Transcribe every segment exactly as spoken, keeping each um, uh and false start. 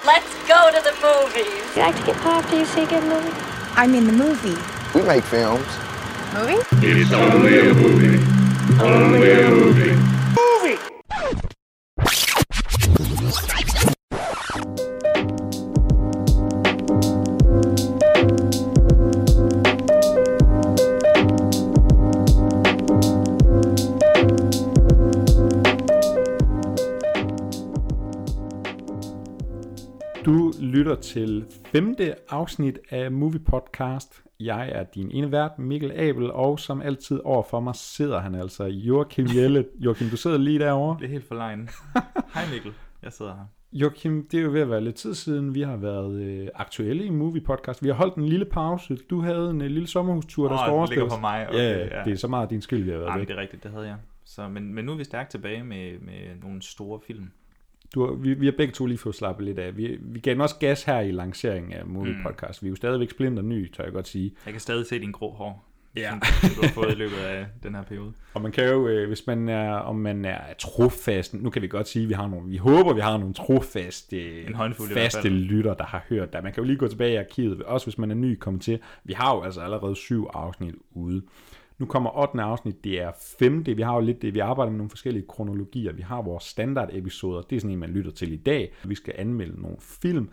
Let's go to the movies. You like to get pop? Do you see a good movie? I mean the movie. We make films. Movie? It's only a movie. Only a movie. Movie! Du lytter til femte afsnit af Movie Podcast. Jeg er din ene vært, Mikkel Abel, og som altid overfor mig sidder han altså, Joachim Jelle. Joachim, du sidder lige derovre. Det er helt for lejen. Hej Mikkel, jeg sidder her. Joachim, det er jo ved at være lidt tid siden, vi har været øh, aktuelle i Movie Podcast. Vi har holdt en lille pause. Du havde en øh, lille sommerhustur, der Åh, skal det overstås. ligger på mig. Okay, ja, ja, det er så meget din skyld, vi har været Jamen, væk. det er rigtigt, det havde jeg. Så, men, men nu er vi stærkt tilbage med, med nogle store film. Du har, vi, vi har begge to lige fået slappet lidt af. Vi, vi gav også gas her i lanceringen af Movie Mm. Podcast. Vi er jo stadigvæk splinter ny, tør jeg godt sige. Jeg kan stadig se din grå hår. Ja. Som du har fået i løbet af den her periode. Og man kan jo, øh, hvis man er, om man er trofast, nu kan vi godt sige, at vi har nogle, vi håber, vi har nogle trofaste, En håndfuld i hvert faste fald. lytter, der har hørt det. Man kan jo lige gå tilbage i arkivet, også hvis man er ny kommet til. Vi har jo altså allerede syv afsnit ude. Nu kommer ottende afsnit, det er femte. Vi har jo lidt det, vi arbejder med nogle forskellige kronologier. Vi har vores standardepisoder, det er sådan en, man lytter til i dag. Vi skal anmelde nogle film,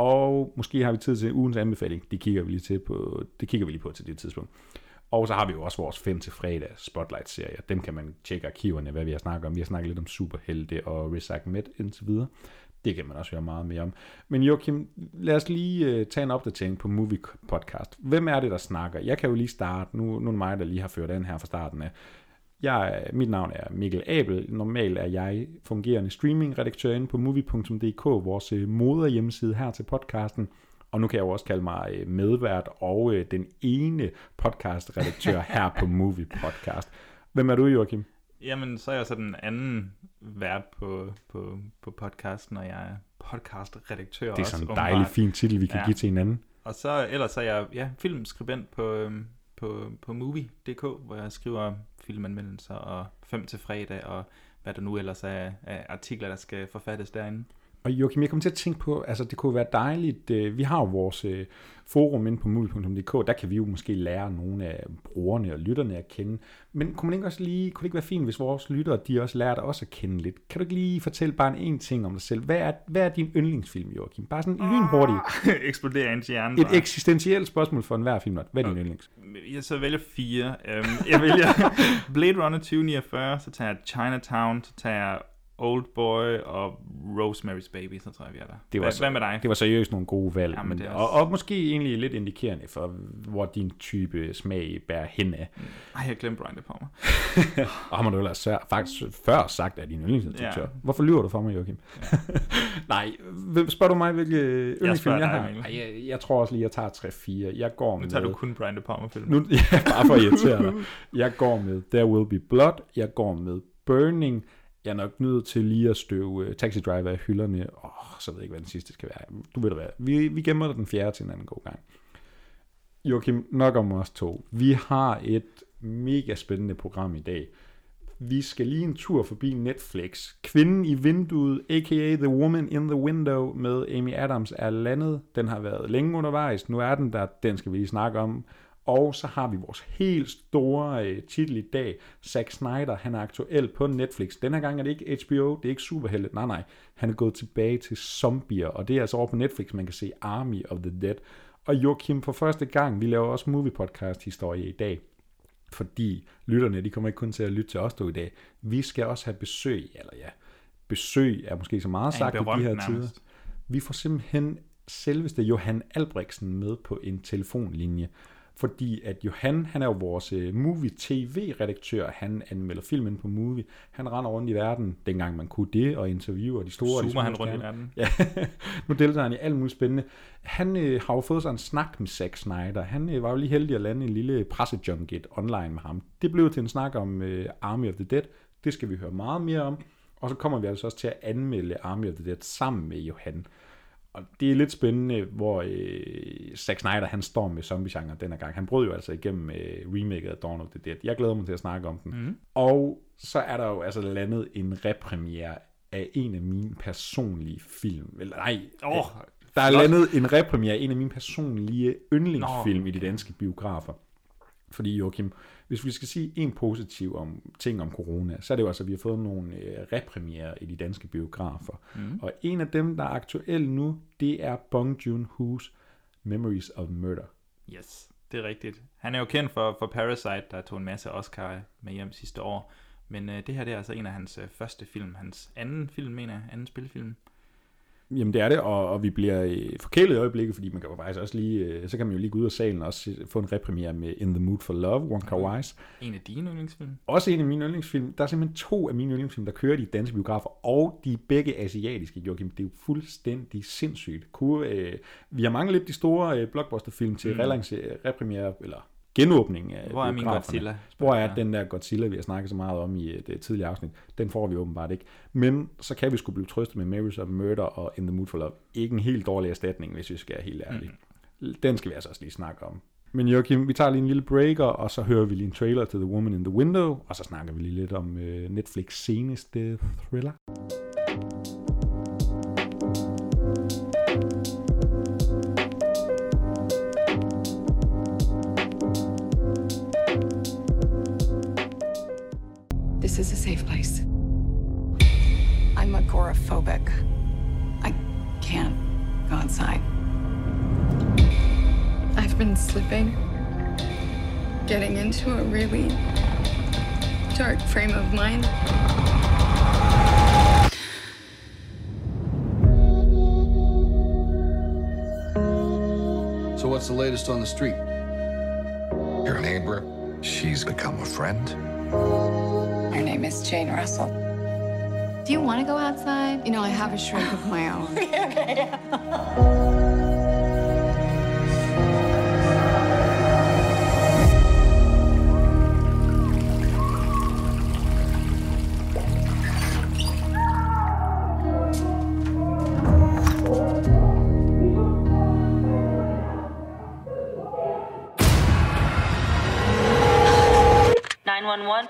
og måske har vi tid til ugens anbefaling. Det kigger vi lige til på, det kigger vi lige på til det tidspunkt. Og så har vi jo også vores fem til fredag Spotlight-serier. Dem kan man tjekke arkiverne, hvad vi har snakket om. Vi har snakket lidt om superhelte og Riz Ahmed indtil videre. Det kan man også høre meget mere om. Men Joachim, lad os lige uh, tage en opdatering på Movie Podcast. Hvem er det, der snakker? Jeg kan jo lige starte. Nu, nu er det mig, der lige har ført den her fra starten af. Jeg, mit navn er Mikkel Abel. Normalt er jeg fungerende streamingredaktør inde på movie punktum d k, vores moderhjemmeside her til podcasten. Og nu kan jeg jo også kalde mig medvært og øh, den ene podcastredaktør her på Movie Podcast. Hvem er du, Joachim? Jamen, så er jeg så den anden vært på, på, på podcasten, og jeg er podcastredaktør også. Det er sådan en dejlig, fin titel, vi kan ja. give til hinanden. Og så ellers er jeg ja, filmskribent på, øhm, på, på movie punktum d k, hvor jeg skriver filmanmeldelser og fem til fredag, og hvad der nu ellers er af artikler, der skal forfattes derinde. Og Joachim, jeg kommer til at tænke på, altså det kunne være dejligt, vi har jo vores forum inde på movie punktum d k, der kan vi jo måske lære nogle af brugerne og lytterne at kende, men kunne man ikke også lige, kunne det ikke være fint, hvis vores lyttere, de også lærer dig også at kende lidt? Kan du ikke lige fortælle bare en ting om dig selv? Hvad er, hvad er din yndlingsfilm, Joachim? Bare sådan lynhurtigt. Eksploderer ens hjerne. Et eksistentielt spørgsmål for enhver film. Hvad er din yndlings? Jeg så vælger fire. Jeg vælger Blade Runner tyve niogfyrre, så tager jeg Chinatown, så tager jeg Oldboy og Rosemary's Baby, så tror jeg, vi er der. Det var, hvad, så, hvad med dig? Det var seriøst nogle gode valg, ja, men men, også... og, og måske egentlig lidt indikerende for, hvor din type smag bærer hen af. Ej, jeg glemte Brian De Palma. Og har du ellers sør, faktisk før sagt af din yndlingsinstruktør. Ja. Hvorfor lyver du for mig, Joachim? Ja. Nej, spørger du mig, hvilke yndlingsfilm jeg, jeg har? Ej, jeg, jeg tror også lige, jeg tager tre fire. Jeg går med... Nu tager du kun Brian De Palma-film. Nu, ja, bare for at irritere dig. Jeg går med There Will Be Blood. Jeg går med Burning. Jeg er nok nødt til lige at støve uh, Taxi Driver af hylderne. Åh, oh, så ved jeg ikke, hvad den sidste skal være. Du ved hvad. Vi, vi gemmer den fjerde til en anden god gang. Joachim, nok om os to. Vi har et mega spændende program i dag. Vi skal lige en tur forbi Netflix. Kvinden i vinduet, a k a. The Woman in the Window med Amy Adams er landet. Den har været længe undervejs. Nu er den der. Den skal vi lige snakke om. Og så har vi vores helt store øh, titel i dag. Zack Snyder, han er aktuel på Netflix. Denne gang er det ikke H B O, det er ikke superhelte. Nej, nej. Han er gået tilbage til zombier, og det er altså over på Netflix, man kan se Army of the Dead. Og Joachim, for første gang, vi laver også movie podcast historie i dag. Fordi lytterne, de kommer ikke kun til at lytte til os to i dag. Vi skal også have besøg, eller ja, besøg er måske så meget sagt i de her tider. Vi får simpelthen selveste Johan Albrechtsen med på en telefonlinje. Fordi at Johan, han er jo vores uh, movie-tv-redaktør, han anmelder filmen på Movie, han render rundt i verden, dengang man kunne det, og interviewer de store. Zoomer de han rundt i verden. Ja, nu deltager han i alt muligt spændende. Han uh, har jo fået sig en snak med Zack Snyder, han uh, var jo lige heldig at lande en lille pressejunket online med ham. Det blev til en snak om uh, Army of the Dead, det skal vi høre meget mere om, og så kommer vi altså også til at anmelde Army of the Dead sammen med Johan. Og det er lidt spændende, hvor øh, Zack Snyder, han står med zombie-genre denne gang. Han brød jo altså igennem øh, remaket af Dawn of the Dead. Jeg glæder mig til at snakke om den. Mm. Og så er der jo altså landet en repremiere af en af mine personlige film. Eller nej, oh, der er landet en repremiere af en af mine personlige yndlingsfilm Nå. i de danske biografer. Fordi Joachim, hvis vi skal sige en positiv om, ting om corona, så er det jo altså, at vi har fået nogle øh, repremiere i de danske biografer. Mm. Og en af dem, der er aktuel nu, det er Bong Joon-ho's Memories of Murder. Yes, det er rigtigt. Han er jo kendt for, for Parasite, der tog en masse Oscar med hjem sidste år. Men øh, det her det er altså en af hans øh, første film. Hans anden film, mener jeg. Anden spilfilm. Jamen det er det, og, og vi bliver øh, forkælet i øjeblikket, fordi man kan jo faktisk også lige, øh, så kan man jo lige gå ud af salen og også få en repremiere med In the Mood for Love, Wong Kar-wai's. En af dine yndlingsfilm? Også en af mine yndlingsfilm. Der er simpelthen to af mine yndlingsfilm, der kører i de danske biografer, og de er begge asiatiske, Joachim. Det er jo fuldstændig sindssygt. Kunne, øh, vi har manglet lidt de store øh, blockbusterfilm til mm. repremiere, eller genåbning af Hvor er min Godzilla? Hvor er den der Godzilla, vi har snakket så meget om i et, et tidligere afsnit? Den får vi åbenbart ikke. Men så kan vi sgu blive trøstet med Memories of Murder og In the Mood for Love. Ikke en helt dårlig erstatning, hvis vi skal være helt ærlige. Mm. Den skal vi altså også lige snakke om. Men Joachim, vi tager lige en lille breaker, og så hører vi lige en trailer til The Woman in the Window, og så snakker vi lige lidt om uh, Netflix seneste thriller. This is a safe place. I'm agoraphobic. I can't go outside. I've been slipping, getting into a really dark frame of mind. So what's the latest on the street? Your neighbor, she's become a friend. Her name is Jane Russell. Do you want to go outside? You know, I have a shrink of my own. nine one one.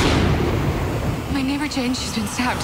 My neighbor Jane, she's been stabbed.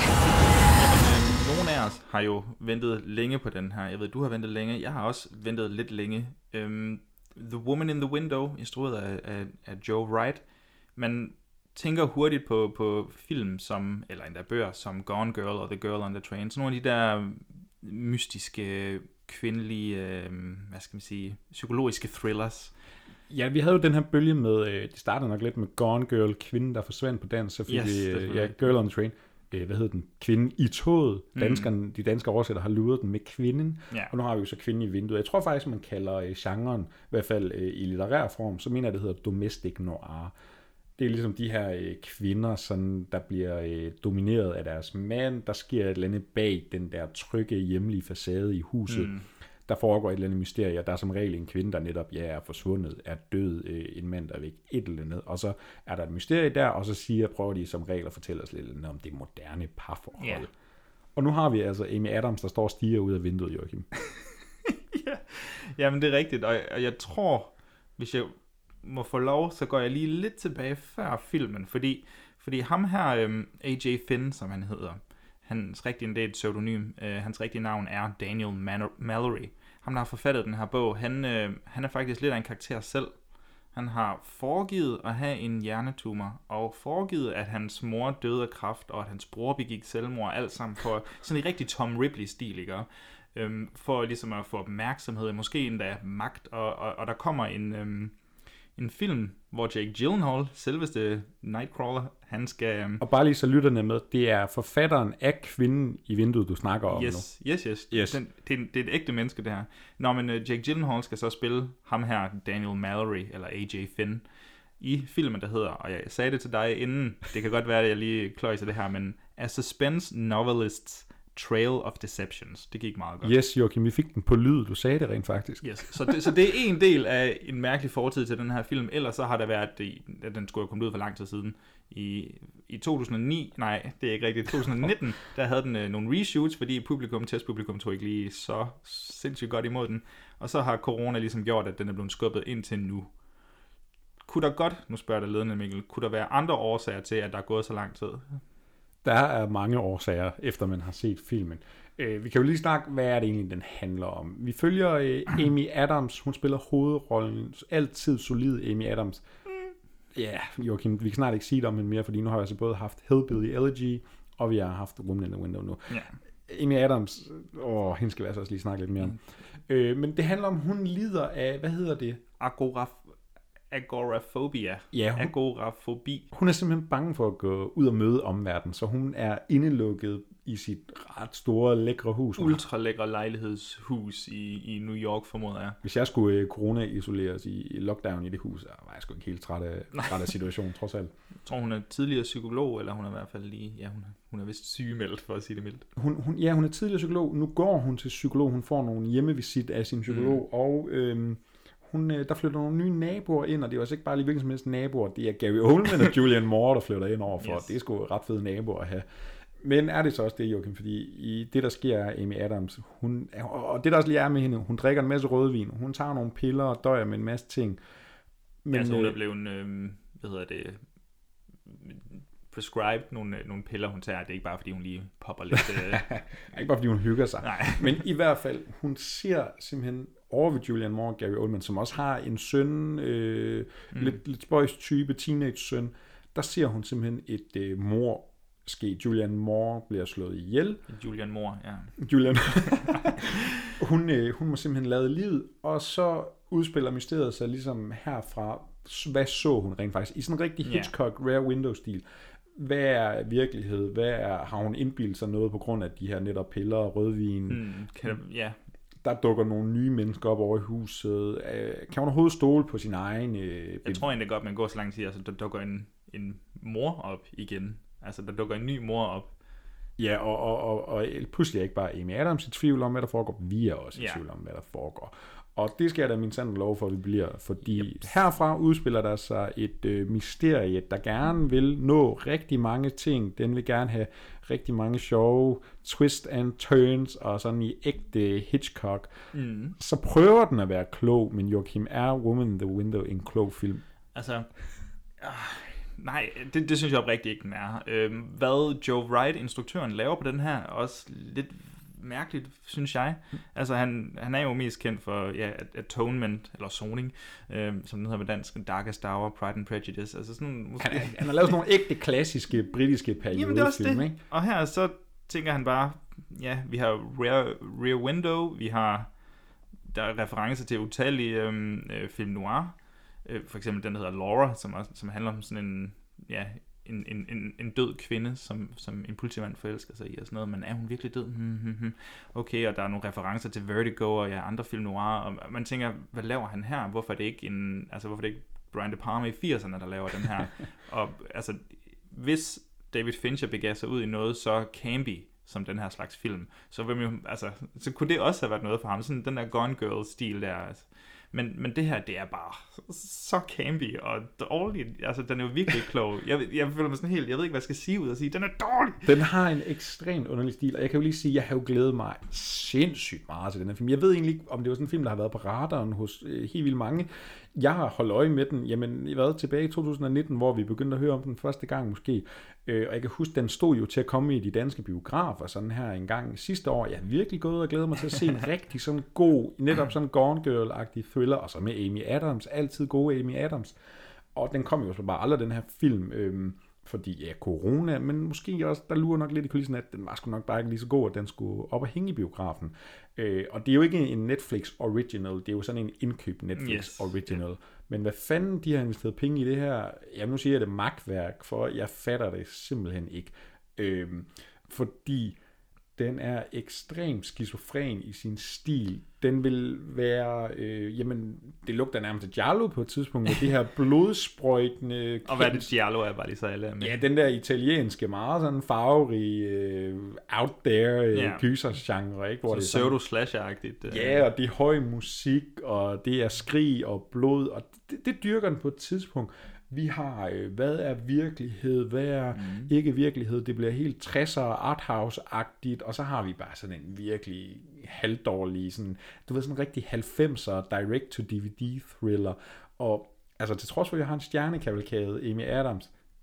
Nogle af os har jo ventet længe på den her. Jeg ved, du har ventet længe. Jeg har også ventet lidt længe. Um, The Woman in the Window, instrueret af, af, af Joe Wright. Man tænker hurtigt på, på film som, eller endda bøger som Gone Girl og The Girl on the Train. Så nogle af de der mystiske, kvindelige, øh, hvad skal man sige, psykologiske thrillers. Ja, vi havde jo den her bølge med, øh, det startede nok lidt med Gone Girl, kvinden der forsvandt på dans, så fik yes, vi øh, ja, Girl on the Train. Øh, hvad hed den? Kvinden i toget. Danskerne, mm. De danske oversætter har luret den med kvinden, ja. Og nu har vi jo så kvinden i vinduet. Jeg tror faktisk, man kalder øh, genren, i hvert fald øh, i litterær form, så mener jeg, det hedder domestic noir. Det er ligesom de her øh, kvinder, sådan, der bliver øh, domineret af deres mand. Der sker et eller andet bag den der trygge hjemlige facade i huset. Mm. Der foregår et eller andet mysterie, og der er som regel en kvinde, der netop ja, er forsvundet, er død, øh, en mand, der er væk, et eller andet. Og så er der et mysterie der, og så siger, prøver de som regel at fortælle os lidt om det moderne parforhold. Yeah. Og nu har vi altså Amy Adams, der står og stiger ud af vinduet, Joachim. ja, jamen det er rigtigt, og jeg, og jeg tror, hvis jeg må få lov, så går jeg lige lidt tilbage før filmen, fordi, fordi ham her, øhm, A J Finn, som han hedder, hans rigtige, det er et pseudonym, øh, hans rigtige navn er Daniel Man- Mallory. Ham, der har forfattet den her bog, han, øh, han er faktisk lidt af en karakter selv. Han har foregivet at have en hjernetumor, og foregivet, at hans mor døde af kræft, og at hans bror begik selvmord, alt sammen for sådan en rigtig Tom Ripley-stil, ikke? Øhm, for ligesom at få opmærksomhed, måske endda magt, og, og, og der kommer en... Øhm, En film, hvor Jake Gyllenhaal, selveste Nightcrawler, han skal... Um... Og bare lige så lytterne med, det er forfatteren af Kvinden i vinduet, du snakker om yes, nu. Yes, yes. yes. Den, det, er, det er et ægte menneske, det her. Nå, men uh, Jake Gyllenhaal skal så spille ham her, Daniel Mallory, eller A J Finn, i filmen, der hedder, og jeg sagde det til dig inden, det kan godt være, at jeg lige kløjser det her, men A Suspense Novelist's Trail of Deceptions. Det gik meget godt. Yes, Joachim, vi fik den på lyd. Du sagde det rent faktisk. Yes. Så, det, så det er en del af en mærkelig fortid til den her film. Ellers så har der været, at den skulle have kommet ud for lang tid siden. I, i to tusind og ni, nej, det er ikke rigtigt, to tusind og nitten, der havde den øh, nogle reshoots, fordi publikum, testpublikum tog ikke lige så sindssygt godt imod den. Og så har corona ligesom gjort, at den er blevet skubbet ind til nu. Kunne der godt, nu spørger jeg dig ledende Mikkel, kunne der være andre årsager til, at der er gået så lang tid? Der er mange årsager, efter man har set filmen. Øh, vi kan jo lige snakke, hvad er det egentlig, den handler om. Vi følger øh, Amy Adams. Hun spiller hovedrollen. Altid solid Amy Adams. Ja, yeah, Joachim, vi kan snart ikke sige det om hende mere, fordi nu har jeg altså både haft Hillbilly Elegy, og vi har haft Woman in the Window nu. Yeah. Amy Adams, åh, hende skal vi altså også lige snakke lidt mere om. Mm. Øh, men det handler om, hun lider af, hvad hedder det? Agoraf agorafobia. Ja, hun, agorafobi. Hun er simpelthen bange for at gå ud og møde omverdenen, så hun er indelukket i sit ret store, lækre hus. Ultra lækre lejlighedshus i, i New York, formoder jeg. Hvis jeg skulle uh, corona-isoleres i, i lockdown i det hus, så var jeg sgu ikke helt træt af, træt af situationen, trods alt. Jeg tror, hun er tidligere psykolog, eller hun er i hvert fald lige, ja, hun er, hun er vist sygemeldt, for at sige det mildt. Hun, hun, ja, hun er tidligere psykolog. Nu går hun til psykolog. Hun får nogle hjemmevisit af sin psykolog, mm. og øhm, hun, der flytter nogle nye naboer ind, og det er også ikke bare lige hvilken som helst naboer. Det er Gary Oldman og Julianne Moore, der flytter ind overfor. Yes. Det er sgu ret fede naboer at have. Men er det så også det, Joachim? Fordi i det, der sker af Amy Adams, hun, og det der også lige er med hende, hun drikker en masse rødvin, hun tager nogle piller og døjer med en masse ting. Men ja, så hun er blevet, øh, hvad hedder det, prescribed nogle, nogle piller, hun tager. Det er ikke bare, fordi hun lige popper lidt. Øh... ikke bare, fordi hun hygger sig. Nej. Men i hvert fald, hun ser simpelthen over ved Julianne Moore og Gary Oldman, som også har en søn, øh, mm. lidt, lidt spøjs type, teenage-søn. Der ser hun simpelthen et øh, mor ske. Julianne Moore bliver slået ihjel. Julianne Moore, ja. Julianne. hun, øh, hun må simpelthen lade livet, og så udspiller mysteriet sig ligesom herfra. Hvad så hun rent faktisk? I sådan en rigtig Hitchcock yeah. Rare Window-stil. Hvad er virkelighed? Hvad er, har hun indbildt sig noget på grund af de her netop piller og rødvin? Mm, kan, ja. Der dukker nogle nye mennesker op over i huset. Kan hun overhovedet stole på sin egen... Øh, Jeg tror egentlig godt, man går så lang tid, altså der dukker en, en mor op igen. Altså der dukker en ny mor op. Ja, og, og, og, og pludselig er ikke bare Amy Adams i tvivl om, hvad der foregår. Vi er også i ja. tvivl om, hvad der foregår. Og det skal jeg da min sande lov for, at vi bliver, fordi yep. herfra udspiller der sig et øh, mysterie, der gerne vil nå rigtig mange ting. Den vil gerne have rigtig mange sjove twist and turns, og sådan i ægte Hitchcock. Mm. Så prøver den at være klog, men Joachim, er Woman in the Window en klog film? Altså, øh, nej, det, det synes jeg oprigtigt ikke, den er. Øh, hvad Joe Wright, instruktøren, laver på den her, er også lidt mærkeligt, synes jeg. Altså, han, han er jo mest kendt for ja, Atonement, eller Soning, øh, som den hedder med dansk, Darkest Hour, Pride and Prejudice. Altså sådan, måske... han, han har lavet sådan nogle ægte, klassiske, britiske periodefilm. Jamen, det er også det. Ikke? Og her så tænker han bare, ja, vi har Rear, Rear Window, vi har der er referencer til utallige øh, film noir, øh, for eksempel den, der hedder Laura, som, også, som handler om sådan en, ja, En, en, en, en død kvinde, som, som en politimand forelsker sig i og sådan noget, men er hun virkelig død? Hmm, hmm, hmm. Okay, og der er nogle referencer til Vertigo og ja, andre film noir, og man tænker, hvad laver han her? Hvorfor er det ikke en, altså hvorfor er det ikke Brian De Palma i firserne, der laver den her? Og altså, hvis David Fincher begav sig ud i noget så campy som den her slags film, så, vil man, altså, så kunne det også have været noget for ham, sådan den der Gone Girl-stil der, altså. Men, men det her, det er bare så campy og dårligt. Altså, den er jo virkelig klog. Jeg, jeg føler mig sådan helt, jeg ved ikke, hvad jeg skal sige ud og sige. Den er dårlig. Den har en ekstremt underlig stil, og jeg kan jo lige sige, at jeg har jo glædet mig sindssygt meget til den her film. Jeg ved egentlig ikke, om det var sådan en film, der har været på radaren hos øh, helt vildt mange. Jeg har holdt øje med den, jamen, jeg har været tilbage i to tusind nitten, hvor vi begyndte at høre om den første gang måske. Øh, og jeg kan huske, den stod jo til at komme i de danske biografer sådan her en gang sidste år. Jeg har virkelig gået og glædet mig til at se en rigtig sådan god, netop sådan Gone Girl-agtig thriller, og så med Amy Adams, altid gode Amy Adams. Og den kom jo så bare aldrig, den her film, øhm, fordi ja, corona, men måske også, der lurer nok lidt i kulissen, at den var sgu nok bare ikke lige så god, at den skulle op og hænge i biografen. Øh, og det er jo ikke en Netflix original, det er jo sådan en indkøb Netflix yes. original. Yeah. Men hvad fanden de har investeret penge i det her? Jamen nu siger jeg det magtværk, for jeg fatter det simpelthen ikke. Øh, fordi den er ekstremt skizofren i sin stil. Den vil være, øh, jamen, det lugter nærmest af Giallo på et tidspunkt, med det her blodsprøjtende... Og hvad er det Giallo er, bare lige så alle med? Ja, den der italienske, meget sådan farverige, øh, out there øh, yeah. gysergenre, ikke? Hvor så det er pseudo-slasher-agtigt. Øh. Ja, og det er høj musik, og det er skrig og blod, og det, det dyrker den på et tidspunkt. Vi har, øh, hvad er virkelighed, hvad er mm. ikke virkelighed, det bliver helt tresser arthouse-agtigt, og så har vi bare sådan en virkelig halvdårlig, sådan, du ved, sådan en rigtig halvfemser direct-to-D V D-thriller, og altså til trods for, at jeg har en stjernekavalkade, Amy Adams,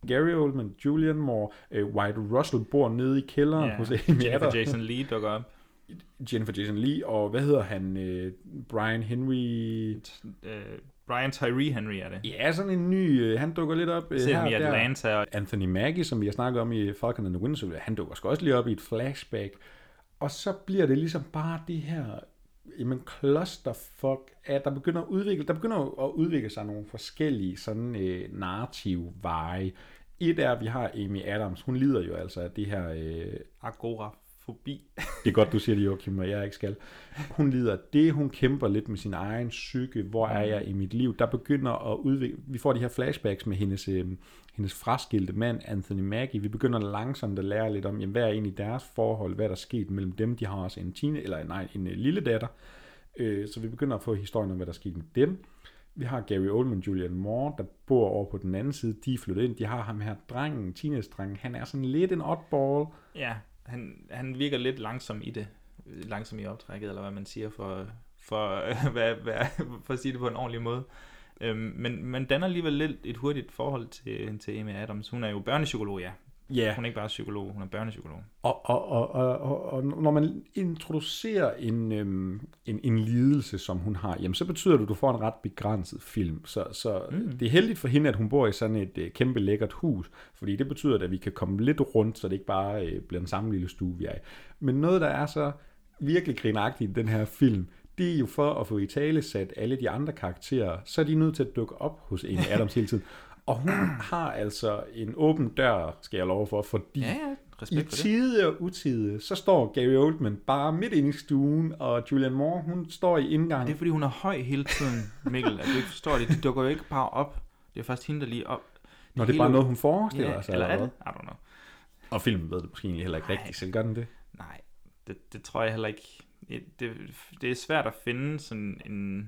Gary Oldman, Julianne Moore, øh, White Russell bor nede i kælderen Ja, hos Amy Jennifer Adams. Jason Leigh dukker op. Jennifer Jason Leigh, og hvad hedder han? Øh, Brian Henry... Uh, Brian Tyree Henry er det. Ja, sådan en ny... Øh, han dukker lidt op øh, Ser her ham i og der. Atlanta. Og... Anthony Mackie, som vi har snakket om i Falcon and the Winter Soldier, han dukker sgu også lige op i et flashback. Og så bliver det ligesom bare det her... Jamen, clusterfuck, at der begynder at udvikle, der begynder at udvikle sig nogle forskellige sådan øh, narrative veje. Et er, at vi har Amy Adams. Hun lider jo altså af det her... Øh, agorafobi. Det er godt, du siger det, Joachim, og jeg ikke skal. Hun lider af det, hun kæmper lidt med sin egen psyke. Hvor er jeg i mit liv? Der begynder at udvikle... Vi får de her flashbacks med hendes, øh, hendes fraskilte mand, Anthony Mackie. Vi begynder langsomt at lære lidt om, jamen, hvad er egentlig deres forhold? Hvad er der sket mellem dem? De har også en tine, eller nej, en øh, lille datter. Øh, så vi begynder at få historien om, hvad der skete med dem. Vi har Gary Oldman, Julianne Moore, der bor over på den anden side. De er flyttet ind. De har ham her drengen, teenage-drengen. Han er sådan lidt en oddball. Ja, han, han virker lidt langsom i det. Langsom i optrækket, eller hvad man siger, for, for, hvad, hvad, for at sige det på en ordentlig måde. Øhm, men man danner alligevel lidt et hurtigt forhold til, til Amy Adams. Hun er jo børnepsykolog, ja. Yeah. Hun er ikke bare psykolog, hun er børnepsykolog. Og, og, og, og, og, og når man introducerer en, øhm, en, en lidelse, som hun har, jamen så betyder det, at du får en ret begrænset film. Så, så mm. det er heldigt for hende, at hun bor i sådan et øh, kæmpe lækkert hus, fordi det betyder, at vi kan komme lidt rundt, så det ikke bare øh, bliver en samme lille stue, vi er i. Men noget, der er så virkelig grinagtigt i den her film, det er jo for at få i tale sat alle de andre karakterer, så er de nødt til at dukke op hos Amy Adams hele tiden. Og hun har altså en åben dør, skal jeg love for, fordi ja, ja. Respekt i tide og utide, så står Gary Oldman bare midt inde i stuen, og Julianne Moore, hun står i indgangen. Det er fordi, hun er høj hele tiden, Mikkel, at du ikke forstår det. De dukker jo ikke bare op. Det er først hende, der lige op. Det Nå, det er bare noget, hun forestiller ja, sig. Eller er det? I don't know. Og filmen ved det måske egentlig heller ikke Nej. rigtigt selv. Gør den det? Nej, det, det tror jeg heller ikke. Det, det er svært at finde sådan en...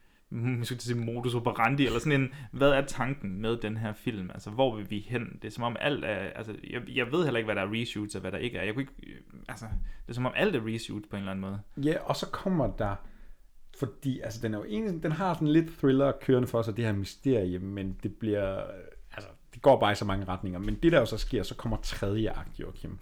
man skal sige modus operandi, eller sådan en, hvad er tanken med den her film? Altså, hvor vil vi hen? Det er som om alt er, altså, jeg, jeg ved heller ikke, hvad der er reshoots, og hvad der ikke er. Jeg kunne ikke, altså, det er som om alt er reshoots på en eller anden måde. Ja, og så kommer der, fordi, altså, den er jo egentlig, den har sådan lidt thriller kørende for sig, det her mysterie, men det bliver, altså, det går bare i så mange retninger, men det der jo så sker, så kommer tredje akt, Joachim.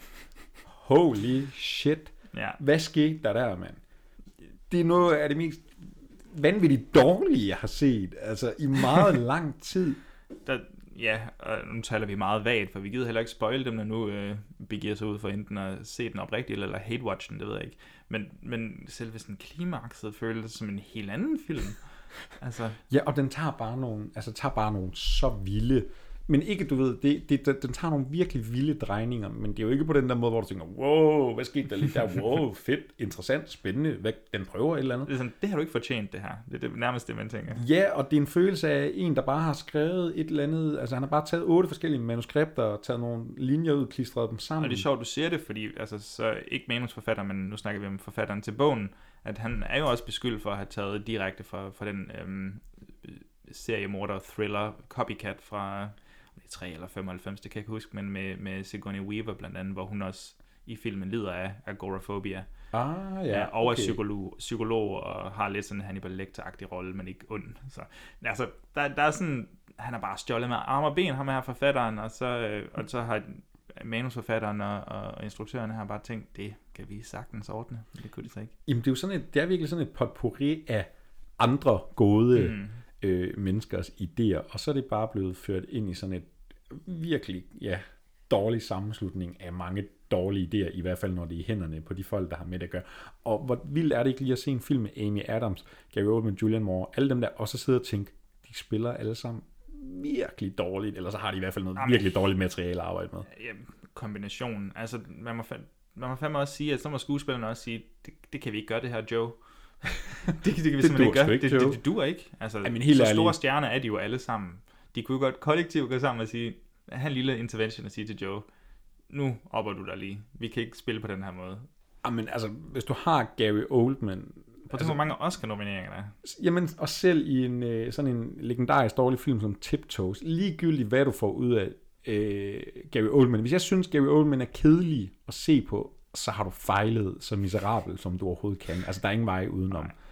Holy shit. Ja. Hvad skete der der, mand? Det er noget af det mest vanvittigt dårlige, jeg har set, altså i meget lang tid. Der, ja, og nu taler vi meget vagt, for vi gider heller ikke spoil dem, når nu øh, begiver sig ud for enten at se den oprigtigt, eller hate-watch den, det ved jeg ikke. Men, men selve sådan klimakset føles som en helt anden film. Altså. Ja, og den tager bare nogle, altså tager bare nogle så vilde, men ikke, du ved, det, det, den tager nogle virkelig vilde drejninger, men det er jo ikke på den der måde, hvor du tænker, wow, hvad skete der lige der? Wow, fedt, interessant, spændende, hvad, den prøver et eller andet. Det er sådan, det har du ikke fortjent, det her. Det er det, nærmest det, man tænker. Ja, og det er en følelse af en, der bare har skrevet et eller andet, altså han har bare taget otte forskellige manuskripter og taget nogle linjer ud, klistret dem sammen. Og det er sjovt, du siger det, fordi altså, så ikke manusforfatter, men nu snakker vi om forfatteren til bogen, at han er jo også beskyldt for at have taget direkte fra, fra den øhm, seriemorder thriller Copycat fra tre eller femoghalvfems, det kan jeg ikke huske, men med, med Sigourney Weaver blandt andet, hvor hun også i filmen lider af agorafobia. Ah, ja, ja, og okay. er psykolog, psykolog og har lidt sådan en Hannibal Lecter-agtig rolle, men ikke ond. Så altså, der, der er sådan, han er bare stjålet med arme og ben, ham her forfatteren, og så, øh, og så har manusforfatteren og, og instruktøren har bare tænkt, det kan vi sagtens ordne, men det kunne de så ikke. Jamen det er jo sådan et, det er virkelig sådan et potpourri af andre gode mm. øh, menneskers idéer, og så er det bare blevet ført ind i sådan et virkelig, ja, dårlig sammenslutning af mange dårlige idéer, i hvert fald når det er i hænderne på de folk, der har med det at gøre. Og hvor vildt er det ikke lige at se en film med Amy Adams, Gary Oldman, Julianne Moore, alle dem der, og så sidde og tænke, de spiller alle sammen virkelig dårligt, eller så har de i hvert fald noget Jamen, virkelig dårligt materiale at arbejde med. Ja, kombinationen. Altså, man må, man må fandme også sige, at så må skuespillerne også sige, det, det kan vi ikke gøre det her, Joe. det, det kan vi simpelthen ikke gøre. Ikke, det, det, det duer ikke. Altså, Jamen, helt så ærlig. Store stjerner er de jo alle sammen. De kunne godt kollektivt gå sammen og sige, have en lille intervention og sige til Joe, nu opper du dig lige. Vi kan ikke spille på den her måde. Jamen, altså, hvis du har Gary Oldman... Prøv at tænke, hvor mange Oscar-nomineringer der er. Jamen, og selv i en sådan en legendarisk dårlig film som Tiptoes, ligegyldigt hvad du får ud af øh, Gary Oldman. Hvis jeg synes, Gary Oldman er kedelig at se på, så har du fejlet så miserabel, som du overhovedet kan. Altså, der er ingen vej udenom. Nej.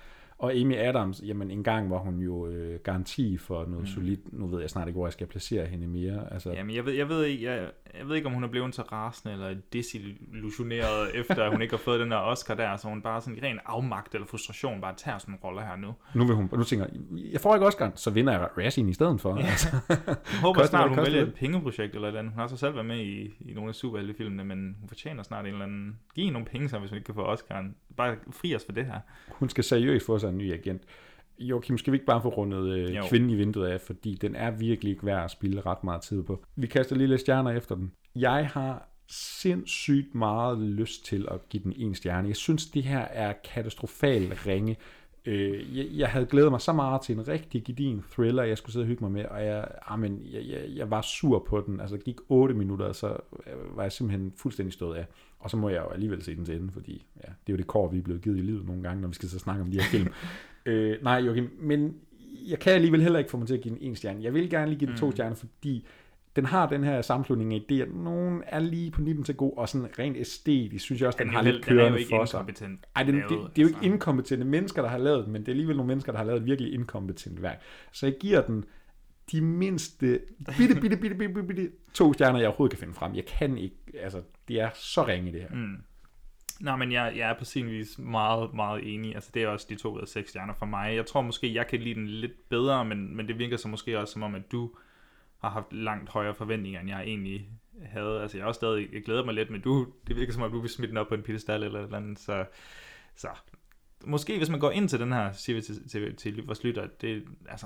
Og Amy Adams, jamen en gang var hun jo øh, garanti for noget mm. solidt. Nu ved jeg snart ikke, hvor jeg skal placere hende mere. Altså... Jamen, jeg ved, jeg, ved, jeg, jeg ved ikke, om hun er blevet så rasende eller desillusioneret, efter at hun ikke har fået den der Oscar der, så hun bare sådan i ren afmagt eller frustration bare tager sådan en rolle her nu. Nu vil hun, nu tænker jeg, får ikke Oscar, så vinder jeg Razzie i stedet for. Ja. Altså. Jeg håber snart, hun vælger et pengeprojekt eller et eller andet. Hun har så selv været med i, i nogle af superheltefilmene, men hun fortjener snart en eller anden... Giv nogle penge så, hvis hun ikke kan få Oscar'en. Bare fri os for det her. Hun skal seriøst få sig en ny agent. Joachim, skal vi ikke bare få rundet øh, kvinden i vinduet af, fordi den er virkelig ikke værd at spille ret meget tid på. Vi kaster lige lidt stjerner efter den. Jeg har sindssygt meget lyst til at give den en stjerne. Jeg synes, det her er katastrofalt ringe. Øh, jeg, jeg havde glædet mig så meget til en rigtig gedigen thriller, jeg skulle sidde og hygge mig med, og jeg, amen, jeg, jeg, jeg var sur på den. Altså, det gik otte minutter, og så var jeg simpelthen fuldstændig stået af. Og så må jeg jo alligevel se den til ende, fordi ja, det er jo det kår, vi er blevet givet i livet nogle gange, når vi skal så snakke om de her film. øh, nej, Joachim, men jeg kan alligevel heller ikke få mig til at give den en stjerne. Jeg vil gerne lige give den to mm. stjerner, fordi den har den her sammenslutning af idéer. Nogen er lige på nippen til god, og sådan rent æstetisk, synes jeg også, den, den har lidt kørende for sig. Ej, den, det, det, det er jo ikke inkompetente mennesker, der har lavet den, men det er alligevel nogle mennesker, der har lavet virkelig inkompetent værk. Så jeg giver den de mindste bitte, bitte, bitte, bitte, bitte, bitte to stjerner, jeg overhovedet kan finde frem. Jeg kan ikke, altså, det er så ringe det her. Mm. Nå, men jeg, jeg er på sin vis meget, meget enig. Altså, det er også de to ud af seks stjerner for mig. Jeg tror måske, jeg kan lide den lidt bedre, men, men det virker så måske også som om, at du har haft langt højere forventninger, end jeg egentlig havde. Altså, jeg er også stadig, jeg glæder mig lidt, men du, det virker som om, du vil smitte den op på en piedestal eller et eller andet, så, så måske, hvis man går ind til den her, siger vi til, til, til vores lytter, det, altså,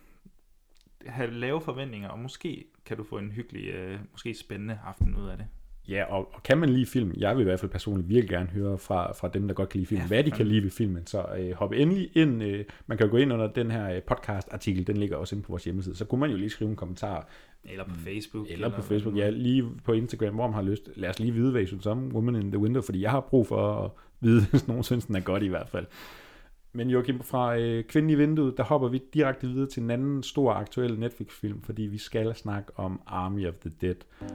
have lave forventninger, og måske kan du få en hyggelig, øh, måske spændende aften ud af det. Ja, og, og kan man lide film, jeg vil i hvert fald personligt virkelig gerne høre fra, fra dem, der godt kan lide film, ja, hvad de kan lide ved filmen, så øh, hop endelig ind, øh, man kan jo gå ind under den her podcast-artikel, den ligger også inde på vores hjemmeside, så kunne man jo lige skrive en kommentar. Eller på Facebook. Eller, eller på Facebook, ja, lige på Instagram, hvor man har lyst. Lad os lige vide, hvad I synes om Woman in the Window, fordi jeg har brug for at vide, hvis nogen synes, den er godt i hvert fald. Men Joachim, fra øh, Kvinden i vinduet, der hopper vi direkte videre til en anden stor aktuel Netflix-film, fordi vi skal snakke om Army of the Dead.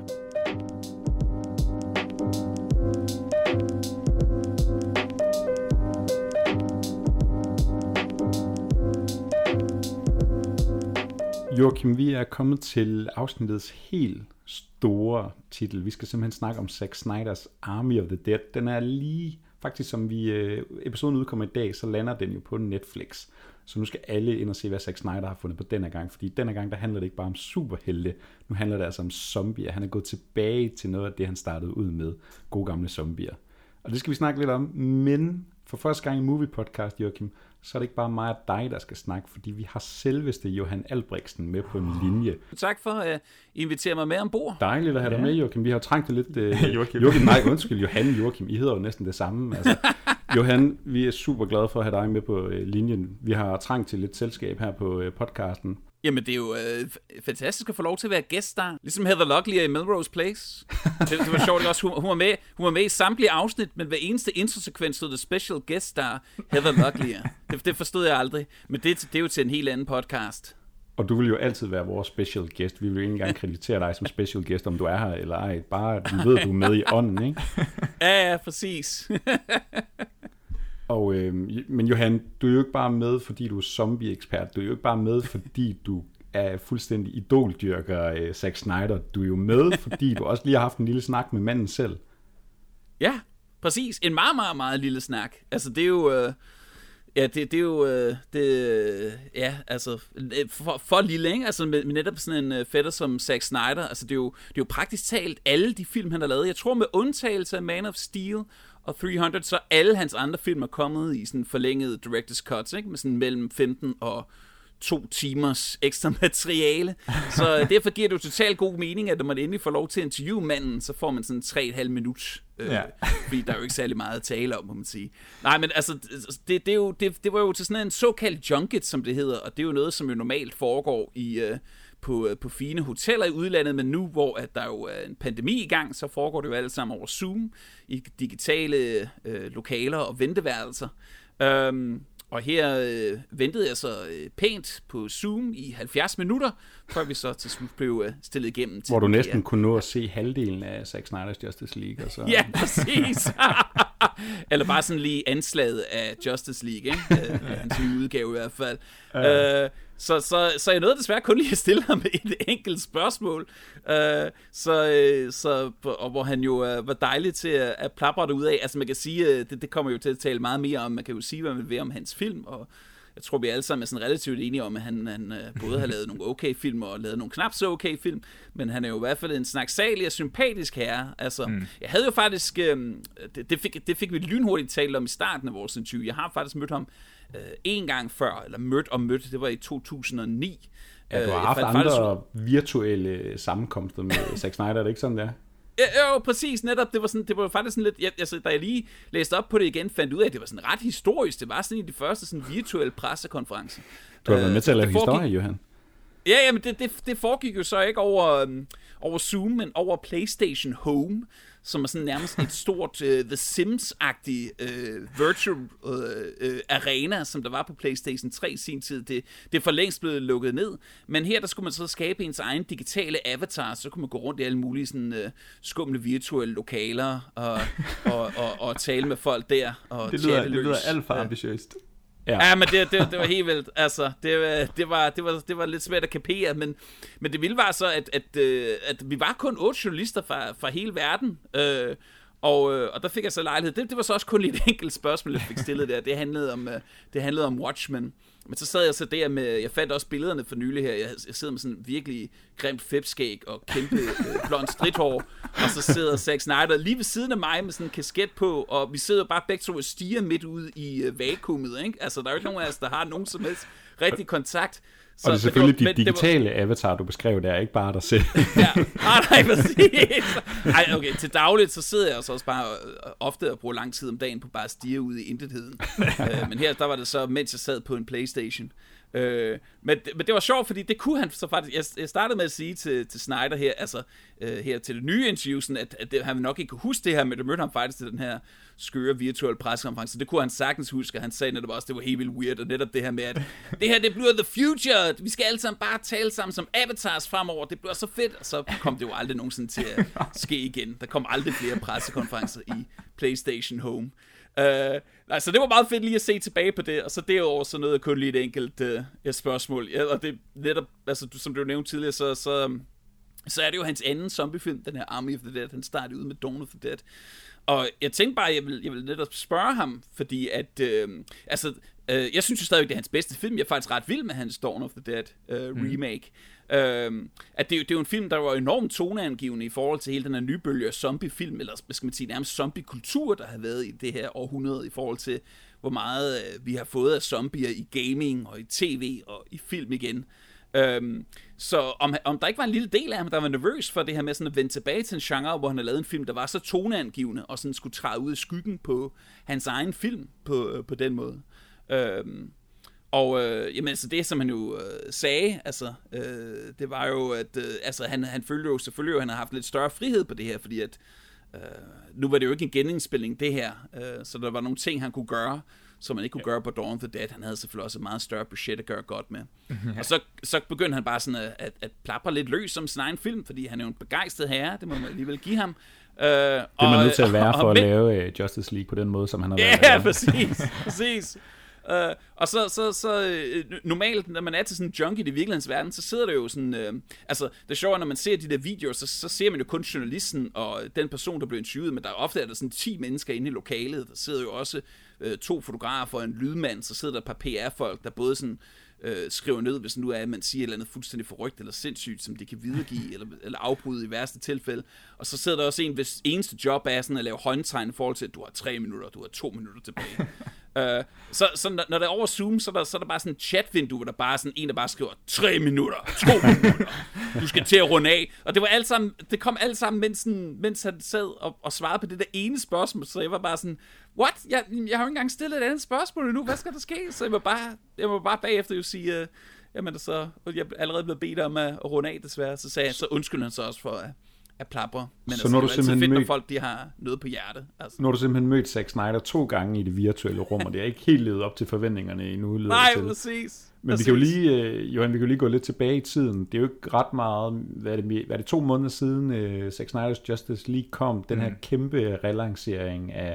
Joachim, vi er kommet til afsnittets helt store titel. Vi skal simpelthen snakke om Zack Snyders Army of the Dead. Den er lige, faktisk som vi episoden udkommer i dag, så lander den jo på Netflix. Så nu skal alle ind og se, hvad Zack Snyder har fundet på denne gang. Fordi denne gang, der handler det ikke bare om superhelte. Nu handler det altså om zombier. Han er gået tilbage til noget af det, han startede ud med. Gode gamle zombier. Og det skal vi snakke lidt om. Men for første gang i Movie Podcast, Joachim, så er det ikke bare mig og dig, der skal snakke, fordi vi har selveste Johan Albrechtsen med på en linje. Tak for at uh, invitere mig med ombord. Dejligt at have ja. dig med, Joachim. Vi har jo trængt det lidt... Uh, Joachim. Joachim, nej, undskyld, Johan Joachim. I hedder jo næsten det samme. Altså, Johan, vi er super glade for at have dig med på uh, linjen. Vi har trængt til lidt selskab her på uh, podcasten. Jamen, det er jo øh, fantastisk at få lov til at være gæststar. Ligesom Heather Locklear i Melrose Place. Det, det var sjovt også. Hun, hun, var med, hun var med i samtlige afsnit, men hver eneste introsekvens stod The Special Guest Star Heather Locklear. Det, det forstod jeg aldrig. Men det, det er jo til en helt anden podcast. Og du vil jo altid være vores special guest. Vi vil jo ikke engang kreditere dig som special guest, om du er her eller ej. Bare du ved, du er med i ånden, ikke? Ja, ja, præcis. Og, øh, men Johan, du er jo ikke bare med, fordi du er zombie-ekspert. Du er jo ikke bare med, fordi du er fuldstændig idoldyrker øh, Zack Snyder. Du er jo med, fordi du også lige har haft en lille snak med manden selv. Ja, præcis. En meget, meget, meget lille snak. Altså, det er jo... Øh, ja, det, det er jo... Øh, det, ja, altså... For, for lille, ikke? Altså, med, med netop sådan en øh, fætter som Zack Snyder. Altså, det er, jo, det er jo praktisk talt alle de film, han har lavet. Jeg tror, med undtagelse af Man of Steel og tre hundrede, så alle hans andre film er kommet i sådan forlængede director's cuts, ikke? Med sådan mellem femten og to timers ekstra materiale. Så derfor giver det jo totalt god mening, at når man endelig får lov til at interviewe manden, så får man sådan tre og et halvt minut. Øh, ja. Fordi der er jo ikke særlig meget at tale om, må man sige. Nej, men altså, det, det, er jo, det, det var jo til sådan en såkaldt junket, som det hedder, og det er jo noget, som jo normalt foregår i... Øh, På, på fine hoteller i udlandet, men nu, hvor at der jo er en pandemi i gang, så foregår det jo alle sammen over Zoom, i digitale øh, lokaler og venteværelser. Øhm, og her øh, ventede jeg så øh, pænt på Zoom i halvfjerds minutter, før vi så til slut blev øh, stillet igennem. Til hvor du næsten her. Kunne nå at se halvdelen af Zack Snyder's Justice League. Og så... Ja, præcis. Eller bare sådan lige anslaget af Justice League, ikke? Uh, hans nye udgave i hvert fald. Uh, så, så, så jeg nåede desværre kun lige at stille ham et enkelt spørgsmål. Uh, så, så, og hvor han jo uh, var dejlig til at, at plapre det ud af. Altså man kan sige, uh, det, det kommer jo til at tale meget mere om, man kan jo sige, hvad man vil om hans film, og jeg tror, vi alle sammen er sådan relativt enige om, at han, han både har lavet nogle okay film og lavet nogle knap så okay film, men han er jo i hvert fald en snaksalig og sympatisk herre. Altså, mm. jeg havde jo faktisk, øh, det, det, fik, det fik vi lynhurtigt talt om i starten af vores interview. Jeg har faktisk mødt ham øh, en gang før, eller mødt og mødt, det var i to tusind og ni. Ja, du har haft andre faktisk virtuelle sammenkomster med Zack Snyder, er det ikke sådan, der? Ja, jo, præcis, netop. Det var, sådan, det var faktisk sådan lidt, jeg, altså, da jeg lige læste op på det igen, fandt ud af, at det var sådan ret historisk. Det var sådan en af de første sådan virtuelle pressekonferencer. Du har været med til at lave historie, foregik... Johan. Ja, ja, men det, det, det foregik jo så ikke over, um, over Zoom, men over PlayStation Home, som er sådan nærmest et stort uh, The Sims-agtig uh, virtual uh, uh, arena, som der var på PlayStation tre i sin tid. Det, det er for længst blevet lukket ned, men her der skulle man så skabe ens egen digitale avatar, så kunne man gå rundt i alle mulige sådan, uh, skumle virtuelle lokaler og, og, og, og tale med folk der. Og det, lyder, det lyder alt for ambitiøst. Ja, ja men det, det, det var helt vildt. Altså, det, det, var, det, var, det var lidt svært at kapere, men, men det vilde var så, at, at, at vi var kun otte journalister fra, fra hele verden, øh, og, og der fik jeg så lejlighed. Det, det var så også kun et enkelt spørgsmål, jeg fik stillet der. Det handlede om, det handlede om Watchmen. Men så sad jeg så der med, jeg fandt også billederne for nylig her, jeg, jeg sidder med sådan virkelig grimt fedtskæg og kæmpe øh, blond stridthår, og så sidder Zack Snyder lige ved siden af mig med sådan en kasket på, og vi sidder bare begge to og stiger midt ude i øh, vakuumet, ikke? Altså, der er jo ikke nogen af os, der har nogen som helst rigtig kontakt. Så og det er selvfølgelig dit digitale var... avatar, du beskrev der, ikke bare dig selv. Ja, ah, nej, præcis. Ej, okay, til dagligt, så sidder jeg så også bare ofte og bruger lang tid om dagen på bare at stirre ud i intetheden. uh, men her, der var det så, mens jeg sad på en PlayStation. Uh, men, men det var sjovt, fordi det kunne han så faktisk, jeg, jeg startede med at sige til, til Snyder her, altså uh, her til det nye interview, sådan, at, at det, han nok ikke kunne huske det her, men det mødte ham faktisk til den her skøre virtuelle pressekonference, så det kunne han sagtens huske, og han sagde netop også, det var helt vildt weird, og netop det her med, at det her, det bliver the future, vi skal alle sammen bare tale sammen som avatars fremover, det bliver så fedt, og så kom det jo aldrig nogensinde til at ske igen. Der kom aldrig flere pressekonferencer i PlayStation Home. Uh, altså det var meget fedt lige at se tilbage på det, og så derover så noget kun lige et enkelt uh, ja, spørgsmål, ja, og det netop, altså som du nævnte tidligere, så, så, så er det jo hans anden zombiefilm, den her Army of the Dead, han startede ud med Dawn of the Dead. Og jeg tænkte bare, at jeg vil, jeg vil netop spørge ham, fordi at, øh, altså, øh, jeg synes jo stadigvæk, det er hans bedste film. Jeg er faktisk ret vild med hans Dawn of the Dead øh, remake. Mm. Øh, at det, det er jo en film, der var enormt toneangivende i forhold til hele den her nybølge af zombiefilm, eller hvad skal man sige, nærmest zombiekultur, der har været i det her århundrede, i forhold til, hvor meget øh, vi har fået af zombier i gaming, og i tv, og i film igen. Øhm, så om, om der ikke var en lille del af ham, der var nervøs for det her med sådan at vende tilbage til en genre, hvor han har lavet en film, der var så toneangivende, og sådan skulle træde ud i skyggen på hans egen film på, på den måde. Øhm, og øh, jamen, altså det, som han jo øh, sagde, altså, øh, det var jo, at øh, altså, han, han følte jo selvfølgelig, at han har haft lidt større frihed på det her, fordi at øh, nu var det jo ikke en genindspilning, det her, øh, så der var nogle ting, han kunne gøre, som man ikke kunne gøre på Dawn of the Dead. Han havde selvfølgelig også et meget større budget at gøre godt med. Ja. Og så, så begyndte han bare sådan at, at, at plapre lidt løs som sin egen film, fordi han er jo en begejstret herre, det må man alligevel give ham. Uh, det er man nødt til at være og, for og, at men... lave uh, Justice League på den måde, som han har yeah, været. Ja, præcis, præcis. Uh, og så, så, så uh, normalt, når man er til sådan en junkie i virkelighedens verden, så sidder der jo sådan, uh, altså det er sjovt, når man ser de der videoer, så, så ser man jo kun journalisten og den person, der blev interviewet, men der er ofte er der sådan ti mennesker inde i lokalet, der sidder jo også uh, to fotografer og en lydmand, så sidder der et par P R-folk, der både sådan uh, skriver ned, hvis nu er, at man siger et eller andet fuldstændig forrygt eller sindssygt, som de kan videregive eller, eller afbryde i værste tilfælde, og så sidder der også en, hvis eneste job er sådan at lave håndtegn i forhold til, at du har tre minutter, og du har to minutter tilbage. Uh, så, så når, når der er over Zoom, så er der, så er der bare sådan et chatvindue, hvor der bare er sådan en, der bare skriver tre minutter, to minutter, du skal til at runde af. Og det var alt sammen, det kom alt sammen, mens, sådan, mens han sad og, og svarede på det der ene spørgsmål. Så jeg var bare sådan, what? Jeg, jeg har jo ikke engang stillet et andet spørgsmål endnu, hvad skal der ske? Så jeg var bare, jeg var bare bagefter jo sige, uh, jamen så, jeg er allerede blevet bedt om at, at runde af desværre. Så sagde jeg, så undskyld han så også for at af plapper. Men så altså, når du det er altid fedt, mød... når folk de har noget på hjertet. Altså. Nu har du simpelthen mødt Zack Snyder to gange i det virtuelle rum, og det er ikke helt levet op til forventningerne endnu. Nej, til. præcis. Men præcis. vi kan jo lige, uh, Johan, vi kan jo lige gå lidt tilbage i tiden. Det er jo ikke ret meget, hvad er det, hvad er det to måneder siden uh, Zack Snyder's Justice League kom, den her mm. kæmpe relancering af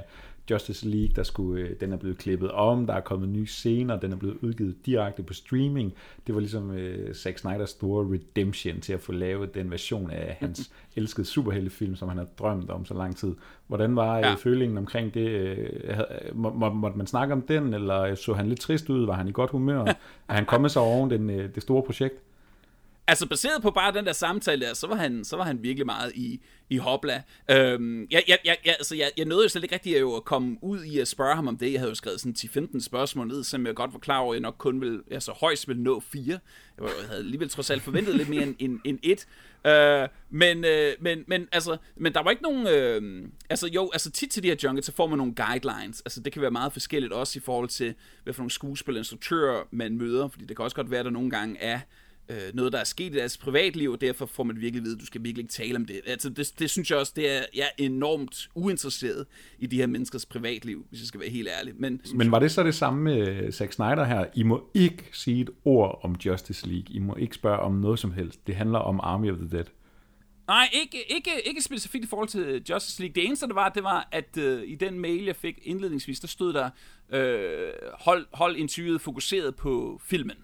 Justice League, der skulle, øh, den er blevet klippet om, der er kommet nye scener, den er blevet udgivet direkte på streaming. Det var ligesom øh, Zack Snyders store redemption til at få lavet den version af hans elskede superheltefilm, som han har drømt om så lang tid. Hvordan var ja. følingen omkring det? Øh, må, må, måtte man snakke om den, eller så han lidt trist ud? Var han i godt humør? Er han kommet sig oven den, øh, det store projekt? Altså, baseret på bare den der samtale der, så var han, så var han virkelig meget i, i hopla. Øhm, jeg, jeg, jeg, altså, jeg, jeg nåede jo slet ikke rigtig at komme ud i at spørge ham om det. Jeg havde jo skrevet sådan ti femten spørgsmål ned, som jeg godt var klar over, jeg nok kun ville, altså højst ville nå fire. Jeg, var, jeg havde alligevel trods alt forventet lidt mere end, end, end et. Øh, men, øh, men, men, altså, men der var ikke nogen... Øh, altså jo, altså tit til de her junkets, så får man nogle guidelines. Altså det kan være meget forskelligt også i forhold til, hvad for nogle skuespillere og instruktører man møder, fordi det kan også godt være, at der nogle gange er øh, noget, der er sket i deres privatliv, og derfor får man virkelig at vide, at du skal virkelig ikke tale om det. Altså det, det synes jeg også, det er, jeg er enormt uinteresseret i de her menneskers privatliv, hvis jeg skal være helt ærlig. Men, Men var det så det samme med Zack Snyder her? I må ikke sige et ord om Justice League. I må ikke spørge om noget som helst. Det handler om Army of the Dead. Nej, ikke, ikke, ikke specifikt i forhold til Justice League. Det eneste, det var, det var, at øh, i den mail, jeg fik indledningsvis, der stod der, øh, hold, hold interviewet fokuseret på filmen.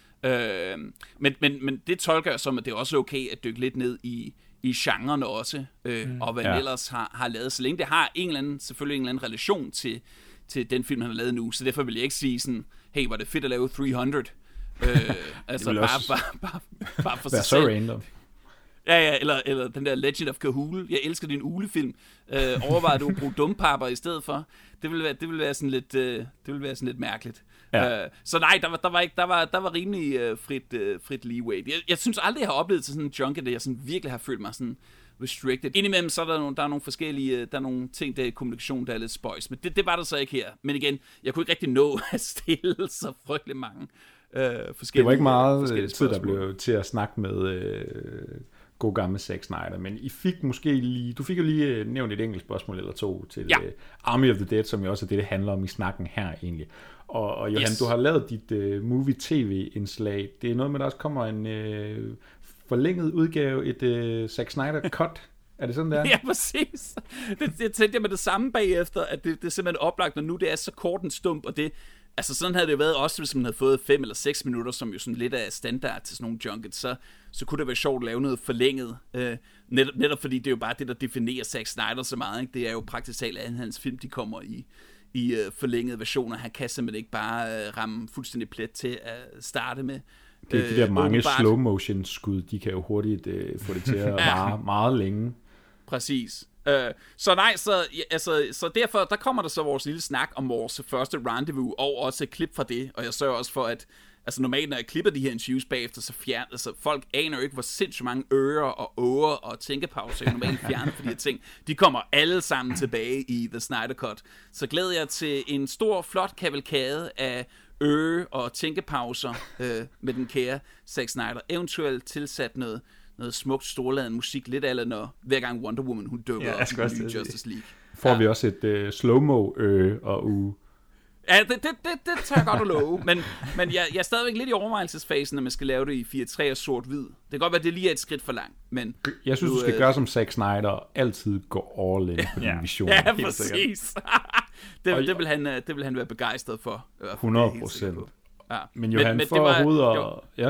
Øh, men, men, men det tolker jeg som, at det er også okay at dykke lidt ned i, i genrerne også, øh, mm. og hvad ja. han ellers har, har lavet, så længe det har en eller anden, selvfølgelig en eller anden relation til, til den film, han har lavet nu. Så derfor vil jeg ikke sige sådan, hey, var det fedt at lave tre hundrede? Øh, altså bare, også bare, bare, bare for sig selv. så random. Ja, ja, eller, eller den der Legend of Kahul. Jeg elsker din ulefilm. Øh, overvejer du at bruge dumpapper i stedet for? Det ville være, det ville være sådan lidt, øh, det ville være sådan lidt mærkeligt. Ja. Øh, så nej, der var, der var ikke, der var, der var rimelig øh, frit, øh, frit leeway. Jeg, jeg synes aldrig, jeg har oplevet til sådan en junket, at jeg sådan virkelig har følt mig sådan restricted. Indimellem så er der nogle, der er nogle forskellige, der er nogle ting der i kommunikation, der er lidt spøjs. Men det, det var der så ikke her. Men igen, jeg kunne ikke rigtig nå at stille så frygtelig mange øh, forskellige. Det var ikke meget tid, der blev til at snakke med øh, god gammel Zack Snyder, men I fik måske lige, du fik jo lige nævnt et enkelt spørgsmål eller to til ja. uh, Army of the Dead, som jo også er det, det handler om i snakken her egentlig. Og, og Johan, yes. du har lavet dit uh, movie-tv-indslag. Det er noget med, der også kommer en uh, forlænget udgave, et uh, Zack Snyder cut. Er det sådan, der? Ja, præcis. Det, det tænkte jeg med det samme bagefter, at det, det er simpelthen oplagt, når nu det er så kort en stump, og det altså sådan havde det jo været også, hvis man havde fået fem eller seks minutter, som jo sådan lidt af standard til sådan nogle junkets, så, så kunne det være sjovt at lave noget forlænget. Øh, netop, netop fordi det er jo bare det, der definerer Zack Snyder så meget. Ikke? Det er jo praktisk talt alle hans film, de kommer i, i uh, forlængede versioner. Han kan simpelthen ikke bare uh, ramme fuldstændig plet til at starte med. Det er de der mange slow motion skud, de kan jo hurtigt uh, få det til at vare meget længe. Præcis. Uh, så nej, så, ja, altså, så derfor, der kommer der så vores lille snak om vores første rendezvous, og også et klip fra det, og jeg sørger også for, at altså normalt, når jeg klipper de her interviews bagefter, så fjerner, altså folk aner jo ikke, hvor sindssygt mange ører og åger og tænkepauser jeg normalt fjerner for de her ting. De kommer alle sammen tilbage i The Snyder Cut. Så glæder jeg til en stor, flot kavalkade af øre og tænkepauser øh, med den kære Zack Snyder. Eventuelt tilsat noget noget smukt, storladen musik, lidt eller når hver gang Wonder Woman, hun dukker ja, op i New Justice League. Får ja. vi også et uh, slow-mo øh og uge. Ja, det, det, det, det tager jeg godt at love, men, men jeg, jeg er stadigvæk lidt i overvejelsesfasen, når man skal lave det i fire tre og sort-hvid. Det kan godt være, at det lige er et skridt for langt, men... Jeg synes, du, du skal øh... gøre som Zack Snyder, og altid gå all in på din ja. vision. Ja, præcis. det, og, det, vil han, det vil han være begejstret for. hundrede procent. Ja. Men Johan, men, men for overhovedet og... Ja?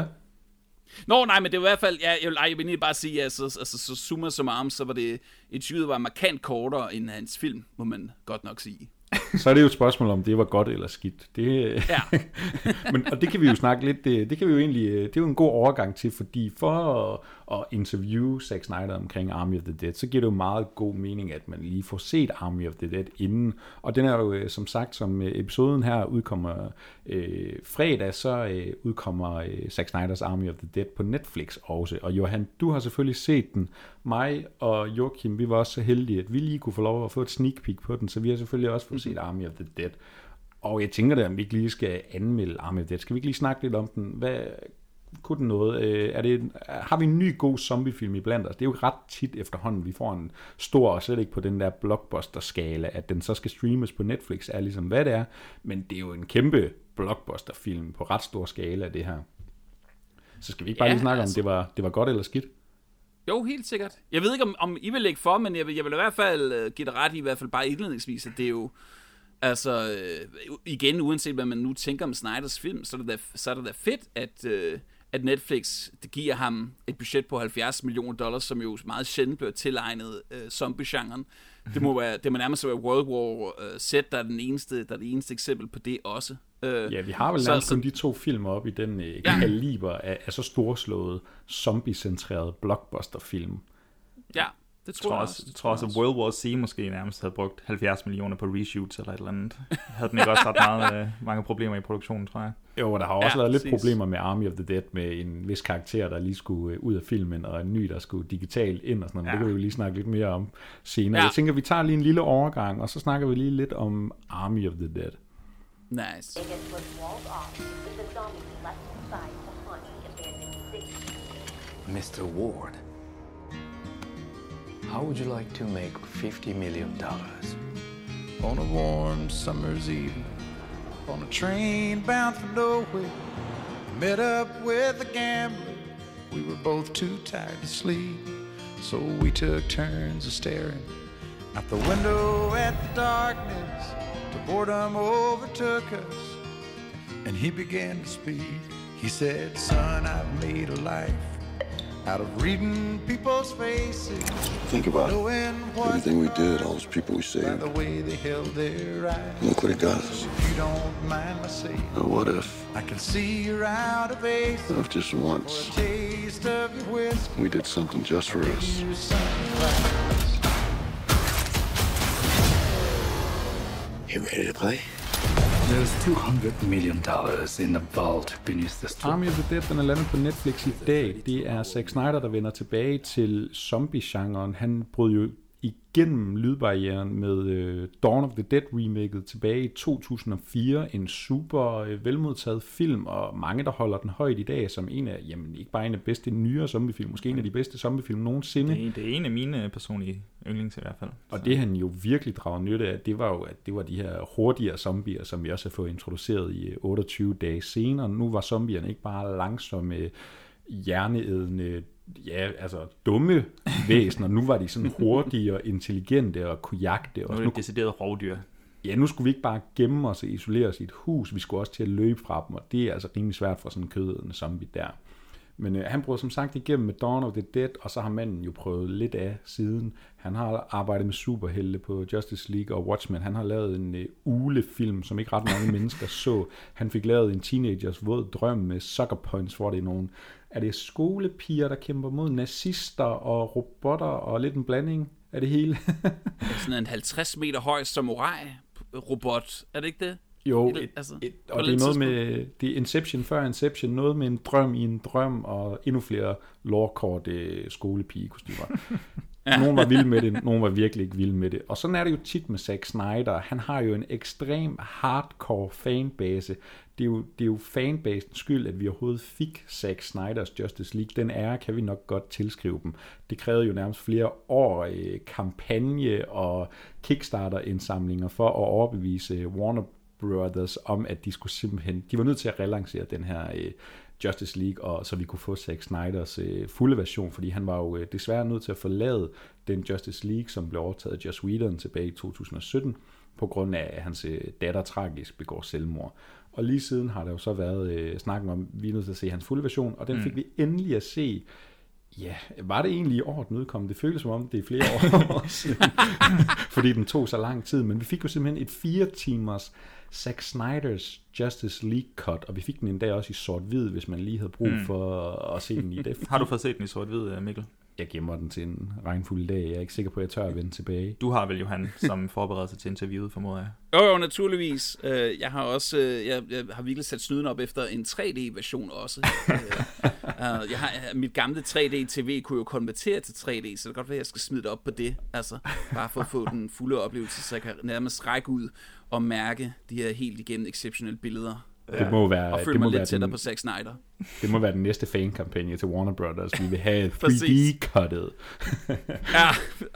Nå, nej, men det var i hvert fald, ja, jeg, vil, jeg vil egentlig bare sige, altså, altså så summa summarum, så var det et tyve, der var markant kortere end hans film, må man godt nok sige. Så er det jo et spørgsmål om, det var godt eller skidt. Det, ja. men, og det kan vi jo snakke lidt, det, det kan vi jo egentlig, det er jo en god overgang til, fordi for at, at interviewe Zack Snyder omkring Army of the Dead, så giver det jo meget god mening, at man lige får set Army of the Dead inden. Og den er jo, som sagt, som episoden her udkommer øh, fredag, så øh, udkommer øh, Zack Snyders Army of the Dead på Netflix også. Og Johan, du har selvfølgelig set den. Mig og Joachim, vi var også så heldige, at vi lige kunne få lov at få et sneak peek på den, så vi har selvfølgelig også fået set Army of the Dead. Og jeg tænker da, om vi ikke lige skal anmelde Army of the Dead. Skal vi ikke lige snakke lidt om den? Hvad kunne den noget? Er det, har vi en ny god zombiefilm i blandt os? Det er jo ret tit efterhånden, vi får en stor, og slet ikke på den der blockbuster-skala, at den så skal streames på Netflix, er ligesom hvad det er. Men det er jo en kæmpe blockbuster-film på ret stor skala, det her. Så skal vi ikke bare ja, lige snakke altså... om, det var, det var godt eller skidt? Jo, helt sikkert. Jeg ved ikke, om, om I vil lægge for, men jeg vil, jeg vil i hvert fald uh, give dig ret i, i hvert fald bare indledningsvis, at det er jo, Altså, øh, igen, uanset hvad man nu tænker om Snyders film, så er det da, så er det da fedt, at, øh, at Netflix det giver ham et budget på halvfjerds millioner dollars, som jo meget sjældent bliver tilegnet øh, zombie-genren. Det må være, det må nærmest være World War Z, der er den eneste, der er det eneste eksempel på det også. Øh, ja, vi har vel nærmest kun de to film op i den øh, ja. kaliber af, af så storslået, zombie-centreret blockbuster-film. Ja. Det tror jeg, jeg også. Jeg tror også, at World War C måske nærmest havde brugt halvfjerds millioner på reshoots eller et eller andet. Havde den ikke også ret meget, øh, mange problemer i produktionen, tror jeg? Jo, der har også ja, været præcis. lidt problemer med Army of the Dead, med en vis karakter, der lige skulle øh, ud af filmen, og en ny, der skulle digitalt ind og sådan noget. Ja. Det kan vi jo lige snakke lidt mere om senere. Ja. Jeg tænker, vi tager lige en lille overgang, og så snakker vi lige lidt om Army of the Dead. Nice. mister Ward, how would you like to make fifty million dollars? On a warm summer's evening, on a train bound for nowhere, met up with a gambler. We were both too tired to sleep, so we took turns of staring out the window at the darkness. The boredom overtook us, and he began to speak. He said, "Son, I've made a life out of reading people's faces. Think about everything we did, all those people we saved. By the way they held their eyes. Look what it got us. If you don't mind my saying, now what if? I can see you're out of ace. What if just once a taste of your whiskey, we did something just for us? You ready to play? There's two hundred million dollars in the vault beneath the street. Army of the Dead, den er landet på Netflix i dag. Det er Zack Snyder, der vender tilbage til zombie-genren. Han brød jo igennem lydbarrieren med uh, Dawn of the Dead remaket tilbage i to tusind og fire. En super uh, velmodtaget film, og mange, der holder den højt i dag, som en af, jamen ikke bare en af de bedste nyere zombiefilm, måske en af de bedste zombiefilm nogensinde. Det er, det er en af mine personlige yndlings i hvert fald. Så. Og det han jo virkelig drager nytte af, det var jo, at det var de her hurtigere zombier, som vi også har fået introduceret i otteogtyve dage senere. Nu var zombierne ikke bare langsomme, hjerneædende, ja, altså dumme væsener. Nu var de sådan hurtige og intelligente og kunne jagte. Nu er det decideret rovdyr. Ja, nu skulle vi ikke bare gemme os og isolere os i et hus. Vi skulle også til at løbe fra dem, og det er altså rimelig svært for sådan en kødædende zombie der. Men øh, han brød som sagt igennem med Dawn of the Dead, og så har manden jo prøvet lidt af siden. Han har arbejdet med superhelte på Justice League og Watchmen. Han har lavet en øh, ulefilm, som ikke ret mange mennesker så. Han fik lavet en teenagers våd drøm med Sucker Punch, hvor det er nogle... Er det skolepiger, der kæmper mod nazister og robotter og lidt en blanding af det hele? Sådan en halvtreds meter høj samurai-robot, er det ikke det? Jo, et, altså, et, og det er noget med, det er Inception før Inception, noget med en drøm i en drøm, og endnu flere lårkorte skolepigekostymer. Ja. Nogle var vilde med det, nogle var virkelig ikke vilde med det. Og sådan er det jo tit med Zack Snyder. Han har jo en ekstrem hardcore fanbase. Det er jo, det er jo fanbasens skyld, at vi overhovedet fik Zack Snyders Justice League. Den ære kan vi nok godt tilskrive dem. Det krævede jo nærmest flere år øh, kampagne og Kickstarter-indsamlinger for at overbevise Warner Brothers om, at de skulle simpelthen, de var nødt til at relancere den her øh, Justice League, og så vi kunne få Zack Snyders øh, fulde version, fordi han var jo øh, desværre nødt til at forlade den Justice League, som blev overtaget af Joss Whedon tilbage i to tusind og sytten, på grund af, at hans øh, datter tragisk begår selvmord. Og lige siden har der jo så været øh, snakken om, at vi er nødt til at se hans fulde version, og den fik mm. vi endelig at se. Ja, var det egentlig i år, den udkom? Det føles som om, det er flere år siden, fordi den tog så lang tid, men vi fik jo simpelthen et fire timers Zack Snyders Justice League cut, og vi fik den endda også i sort-hvid, hvis man lige havde brug for mm. at se den i det. Har du fået set den i sort-hvid, Mikkel? Jeg gemmer den til en regnfuld dag. Jeg er ikke sikker på, at jeg tør at vende tilbage. Du har vel, Johan, som forbereder sig til interviewet, formoder jeg? Jo, jo, naturligvis. Jeg har også, jeg, jeg har virkelig sat snuden op efter en tre D-version også. jeg har, mit gamle tre D-T V kunne jo konvertere til tre D, så det kan godt være, at jeg skal smide det op på det. Altså, bare for at få den fulde oplevelse, så jeg kan nærmest række ud og mærke de her helt igennem exceptionelle billeder. Det må være, og føle det mig må lidt være tættere den, på Zack Snyder. Det må være den næste fan-kampagne til Warner Brothers. Vi vil have tre D-cuttet. Ja.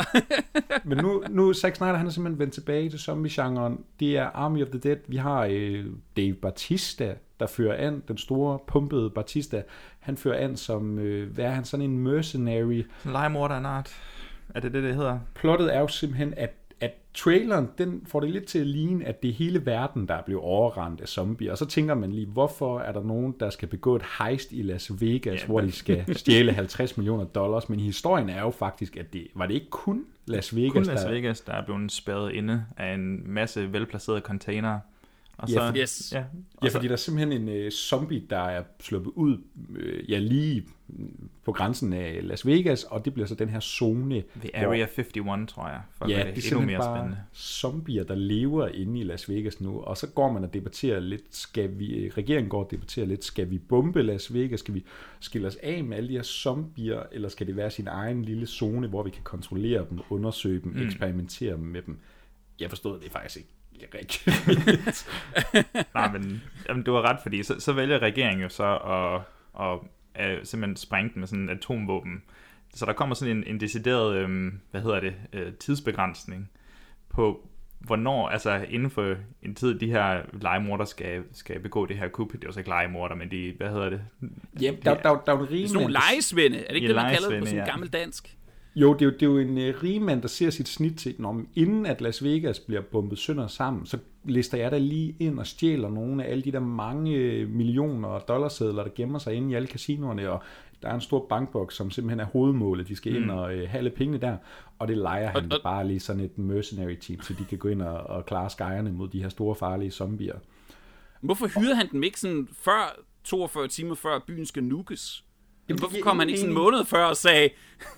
Men nu, nu Zack Snyder, han er simpelthen vendt tilbage til zombie-genren. Det er Army of the Dead. Vi har øh, Dave Bautista, der fører an, den store, pumpede Bautista. Han fører an som, øh, hvad er han, sådan en mercenary. Legemorder af en art. Er det det, det hedder? Plottet er jo simpelthen, at at traileren, den får det lidt til at ligne, at det er hele verden, der er blevet overrendt af zombier. Og så tænker man lige, hvorfor er der nogen, der skal begå et heist i Las Vegas, ja, hvor de skal stjæle halvtreds millioner dollars. Men historien er jo faktisk, at det var det ikke kun Las Vegas, kun Las der... Vegas, der er blevet spærret inde af en masse velplacerede containere. Og ja, så, for, yes. ja, ja, fordi der er simpelthen en uh, zombie, der er sluppet ud uh, ja, lige på grænsen af Las Vegas, og det bliver så den her zone. The Area femoghalvfems, tror jeg, for ja, at det er endnu mere spændende. Zombier, der lever inde i Las Vegas nu, og så går man og debatterer lidt, skal vi, regeringen går og debatterer lidt, skal vi bombe Las Vegas, skal vi skille os af med alle de her zombier, eller skal det være sin egen lille zone, hvor vi kan kontrollere dem, undersøge dem, mm. eksperimentere med dem. Jeg forstod det faktisk ikke. Rigtigt. Nej, men jamen, du har ret, fordi så, så vælger regeringen jo så at, at, at simpelthen sprænge den med sådan en atomvåben. Så der kommer sådan en, en decideret, øhm, hvad hedder det, øh, tidsbegrænsning på, hvornår, altså inden for en tid, de her legemorder skal, skal begå det her kup. Det er jo så ikke legemorder, men de, hvad hedder det? Ja, der, der, der, der er jo en rigmand. Sådan nogle lejesvende, er det ikke ja, det, man kalder det på sådan ja. gammel dansk? Jo, det er jo, det er jo en uh, rigmand, der ser sit snit til, når inden at Las Vegas bliver bombet sønder sammen, så lister jeg da lige ind og stjæler nogle af alle de der mange millioner dollarsedler, der gemmer sig inde i alle casinoerne, og der er en stor bankboks, som simpelthen er hovedmålet. De skal mm. ind og uh, have alle pengene der, og det leger han og, og, bare lige sådan et mercenary team, så de kan gå ind og, og klare skejerne mod de her store farlige zombier. Hvorfor hyrede han dem ikke sådan før, toogfyrre timer før byen skal nukes? Jamen, hvorfor kom han ikke sådan en måned før og sagde,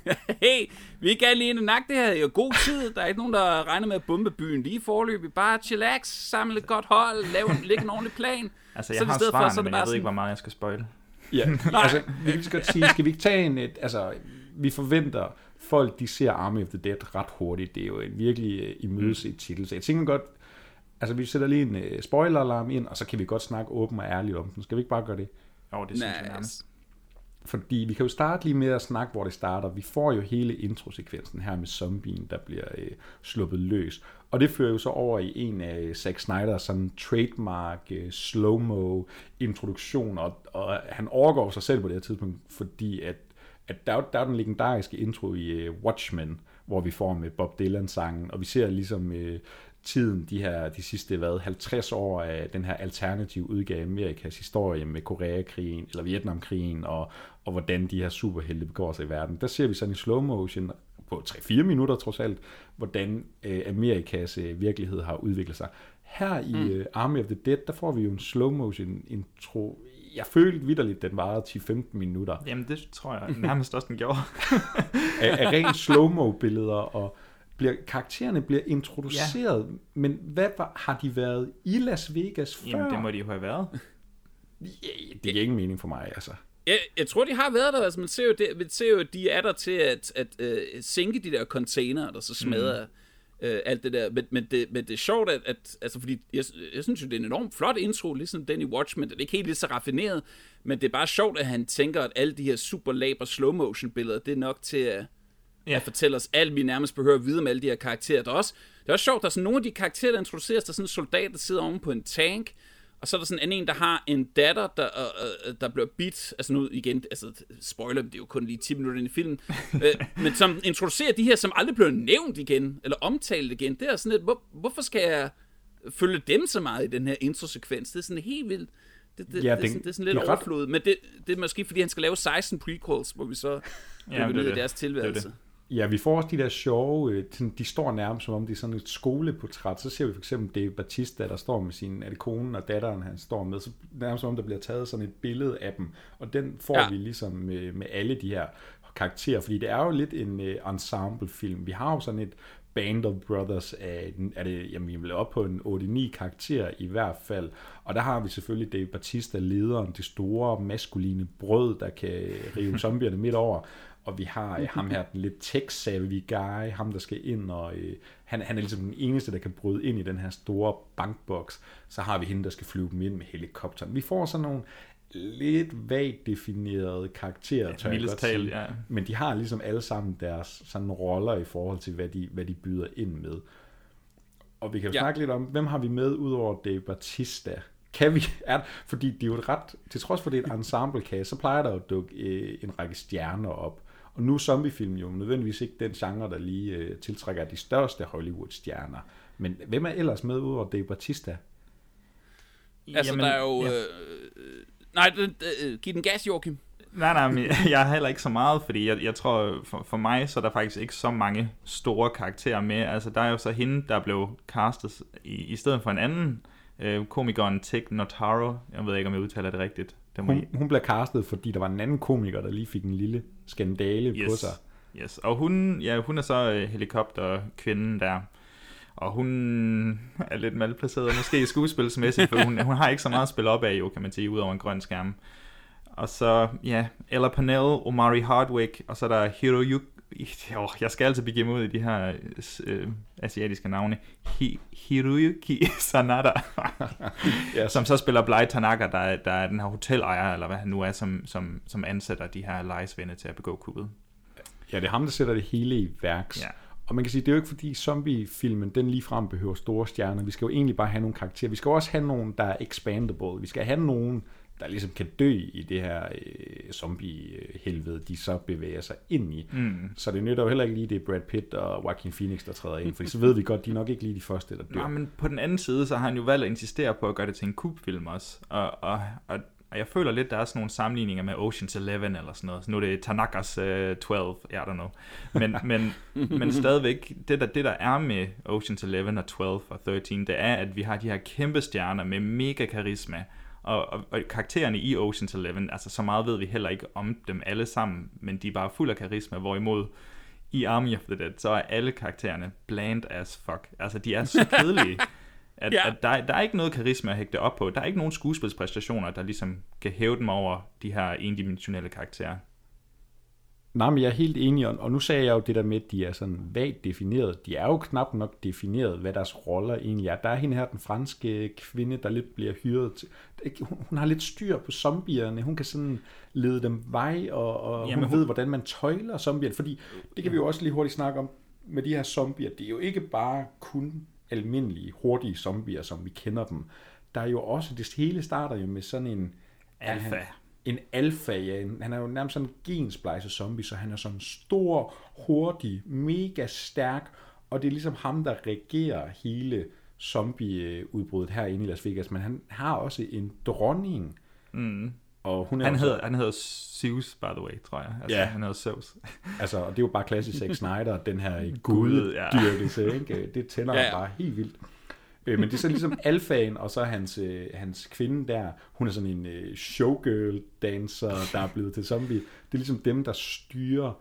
hey, vi kan lige ind og nakke det her, det er jo god tid, der er ikke nogen, der regner med at bombe byen lige forløbig, bare chillax, samle et godt hold, lave en, lægge en ordentlig plan. Altså, jeg så har svarene, for, så men jeg ved sådan... ikke, hvor meget jeg skal spoile. Ja, altså, vi kan godt sige, skal vi ikke tage en, et, altså, vi forventer, folk, de ser Army of the Dead ret hurtigt, det er jo en virkelig imødeset titel, så jeg tænker godt, altså, vi sætter lige en uh, spoiler-alarm ind, og så kan vi godt snakke åben og ærligt om den. Skal vi ikke bare gøre det? Jo, oh, det synes jeg nærmest. Fordi vi kan jo starte lige med at snakke, hvor det starter. Vi får jo hele introsekvensen her med zombien, der bliver øh, sluppet løs. Og det fører jo så over i en af Zack Snyder's sådan trademark øh, slow-mo introduktion, og, og han overgår sig selv på det her tidspunkt, fordi at, at der, der er den legendariske intro i øh, Watchmen, hvor vi får med Bob Dylan-sangen, og vi ser ligesom øh, tiden, de her de sidste hvad, halvtreds år af den her alternative udgave af Amerikas historie med Koreakrigen eller Vietnamkrigen, og, og hvordan de her superhelte begår sig i verden. Der ser vi sådan i slow motion på tre fire minutter trods alt, hvordan øh, Amerikas øh, virkelighed har udviklet sig. Her i mm. øh, Army of the Dead, der får vi jo en slow motion intro. Jeg følte vitterligt, den varede ti til femten minutter. Jamen det tror jeg nærmest også den gjorde. af, af rent slow-mo billeder, og bliver, karaktererne bliver introduceret, ja. Men hvad var, har de været i Las Vegas før? Jamen, det må de jo have været. Ja, det giver ingen mening for mig, altså. Jeg, jeg tror, de har været der. Altså, man ser jo, det, man ser jo at de er der til at, at uh, sænke de der container, der så smadrer mm. uh, alt det der. Men, men, det, men det er sjovt, at, at altså, fordi jeg, jeg synes jo, det er en enormt flot intro, ligesom den i Watchmen. Det er ikke helt lige så raffineret, men det er bare sjovt, at han tænker, at alle de her super laber slow motion billeder, det er nok til at ja. at fortælle os alt, vi nærmest behøver at vide om alle de her karakterer. Der er også, det er også sjovt, der er sådan nogle af de karakterer, der introduceres, der er sådan en soldat, der sidder oven på en tank, og så er der sådan en, der har en datter, der, øh, der bliver bidt, altså nu igen, altså spoiler, det er jo kun lige ti minutter ind i filmen, øh, men som introducerer de her, som aldrig bliver nævnt igen, eller omtalt igen. Det er sådan lidt, hvor, hvorfor skal jeg følge dem så meget i den her introsekvens? Det er sådan helt vildt. Det, det, ja, det, det, er sådan, det er sådan lidt overflodet, men det, det er måske, fordi han skal lave seksten prequels, hvor vi så ja, vil ud i deres tilværelse. Det, det. Ja, vi får også de der sjove, de står nærmest som om det er sådan et skoleportræt. Så ser vi for eksempel Dave Bautista, der står med sin konen og datteren, han står med. Så nærmest som om der bliver taget sådan et billede af dem. Og den får ja. vi ligesom med, med alle de her karakterer, fordi det er jo lidt en uh, ensemble-film. Vi har jo sådan et Band of Brothers af, er det, jamen, vi vil op på en otte ni karakter i hvert fald. Og der har vi selvfølgelig Dave Bautista, lederen, det store maskuline brød, der kan rive zombierne midt over. Og vi har øh, ham her, den lidt tech-savvy guy, ham der skal ind, og øh, han, han er ligesom den eneste, der kan bryde ind i den her store bankboks. Så har vi hende, der skal flyve dem ind med helikopteren. Vi får sådan nogle lidt vagt definerede karakterer, tør jeg godt sige. Ja. Men de har ligesom alle sammen deres sådan roller i forhold til, hvad de, hvad de byder ind med. Og vi kan jo ja. snakke lidt om, hvem har vi med ud over Dave Bautista? Kan vi, er, fordi det er jo et ret, til trods for det er et ensemble-cast, så plejer der jo at dukke øh, en række stjerner op. Og nu er zombiefilm jo nødvendigvis ikke den genre, der lige øh, tiltrækker de største Hollywood-stjerner. Men hvem er ellers med udover Dave Bautista? Altså, Jamen, der er jo... Ja. Øh, nej, øh, giv den gas, Joachim. Nej, nej, men jeg har heller ikke så meget, fordi jeg, jeg tror, for, for mig, så er der faktisk ikke så mange store karakterer med. Altså, der er jo så hende, der blev castet i, i stedet for en anden øh, komikeren, Tig Notaro. Jeg ved ikke, om jeg udtaler det rigtigt. Det hun, I... hun blev castet, fordi der var en anden komiker, der lige fik en lille skandale yes. på sig. Yes, og hun, ja, hun er så øh, helikopterkvinden der. Og hun er lidt malplaceret, måske skuespilsmæssigt, for hun, hun har ikke så meget at spille op af, jo, kan man sige, ud over en grøn skærm. Og så, ja, Ella Purnell, Omari Hardwick, og så er der Hiroyuki, oh, jeg skal altid begive mig ud i de her øh, asiatiske navne, Hi, Hiroyuki Sanada, yes. som så spiller Bly Tanaka, der er, der er den her hotelejer, eller hvad han nu er, som, som, som ansætter de her lejesvende til at begå kuppet. Ja, det er ham, der sætter det hele i værks. Ja. Og man kan sige, det er jo ikke fordi zombiefilmen, den ligefrem behøver store stjerner. Vi skal jo egentlig bare have nogle karakterer. Vi skal også have nogen, der er expandable. Vi skal have nogen, der ligesom kan dø i det her øh, zombie-helvede, de så bevæger sig ind i. Mm. Så det nytter jo heller ikke lige, det er Brad Pitt og Joaquin Phoenix, der træder ind. Fordi så ved vi godt, de er nok ikke lige de første, der dør. Nej, men på den anden side, så har han jo valgt at insistere på at gøre det til en kubfilm også. Og, og, og Og jeg føler lidt, der er sådan nogle sammenligninger med Ocean's Eleven eller sådan noget. Så nu er det Tanakas uh, tolv, I don't know. Men, men, men stadigvæk, det der, det der er med Ocean's Eleven og tolv og tretten, det er, at vi har de her kæmpe stjerner med mega karisma. Og, og, og karaktererne i Ocean's Eleven, altså så meget ved vi heller ikke om dem alle sammen, men de er bare fuld af karisma, hvorimod i Army of the Dead, så er alle karaktererne bland as fuck. Altså, de er så kedelige. At, ja. at der, der er ikke noget karisma at hægte op på. Der er ikke nogen skuespilspræstationer, der ligesom kan hæve dem over de her endimensionelle karakterer. Nej, men jeg er helt enig, og nu sagde jeg jo det der med, at de er sådan vagt defineret. De er jo knap nok defineret, hvad deres roller egentlig er. Der er hende her, den franske kvinde, der lidt bliver hyret til. Hun har lidt styr på zombierne. Hun kan sådan lede dem vej, og, og Jamen, hun, hun ved, hvordan man tøjler zombierne. Fordi det kan vi jo også lige hurtigt snakke om med de her zombier. Det er jo ikke bare kun almindelige, hurtige zombier, som vi kender dem. Der er jo også, det hele starter jo med sådan en alfa. Han, en alfa, ja. Han er jo nærmest sådan en gensplejset zombie, så han er sådan stor, hurtig, mega stærk, og det er ligesom ham, der regerer hele zombieudbruddet herinde i Las Vegas, men han har også en dronning. Mm. Og hun er han, også... hedder, han hedder Zeus, by the way, tror jeg. Altså, ja. Han hedder Zeus. Altså, og det er jo bare klassisk Zack Snyder, den her guddyrkelse, ikke? Det tænder ja, ja. bare helt vildt. Øh, men det er så ligesom alfaen, og så hans, øh, hans kvinde der, hun er sådan en øh, showgirl-dancer, der er blevet til zombie. Det er ligesom dem, der styrer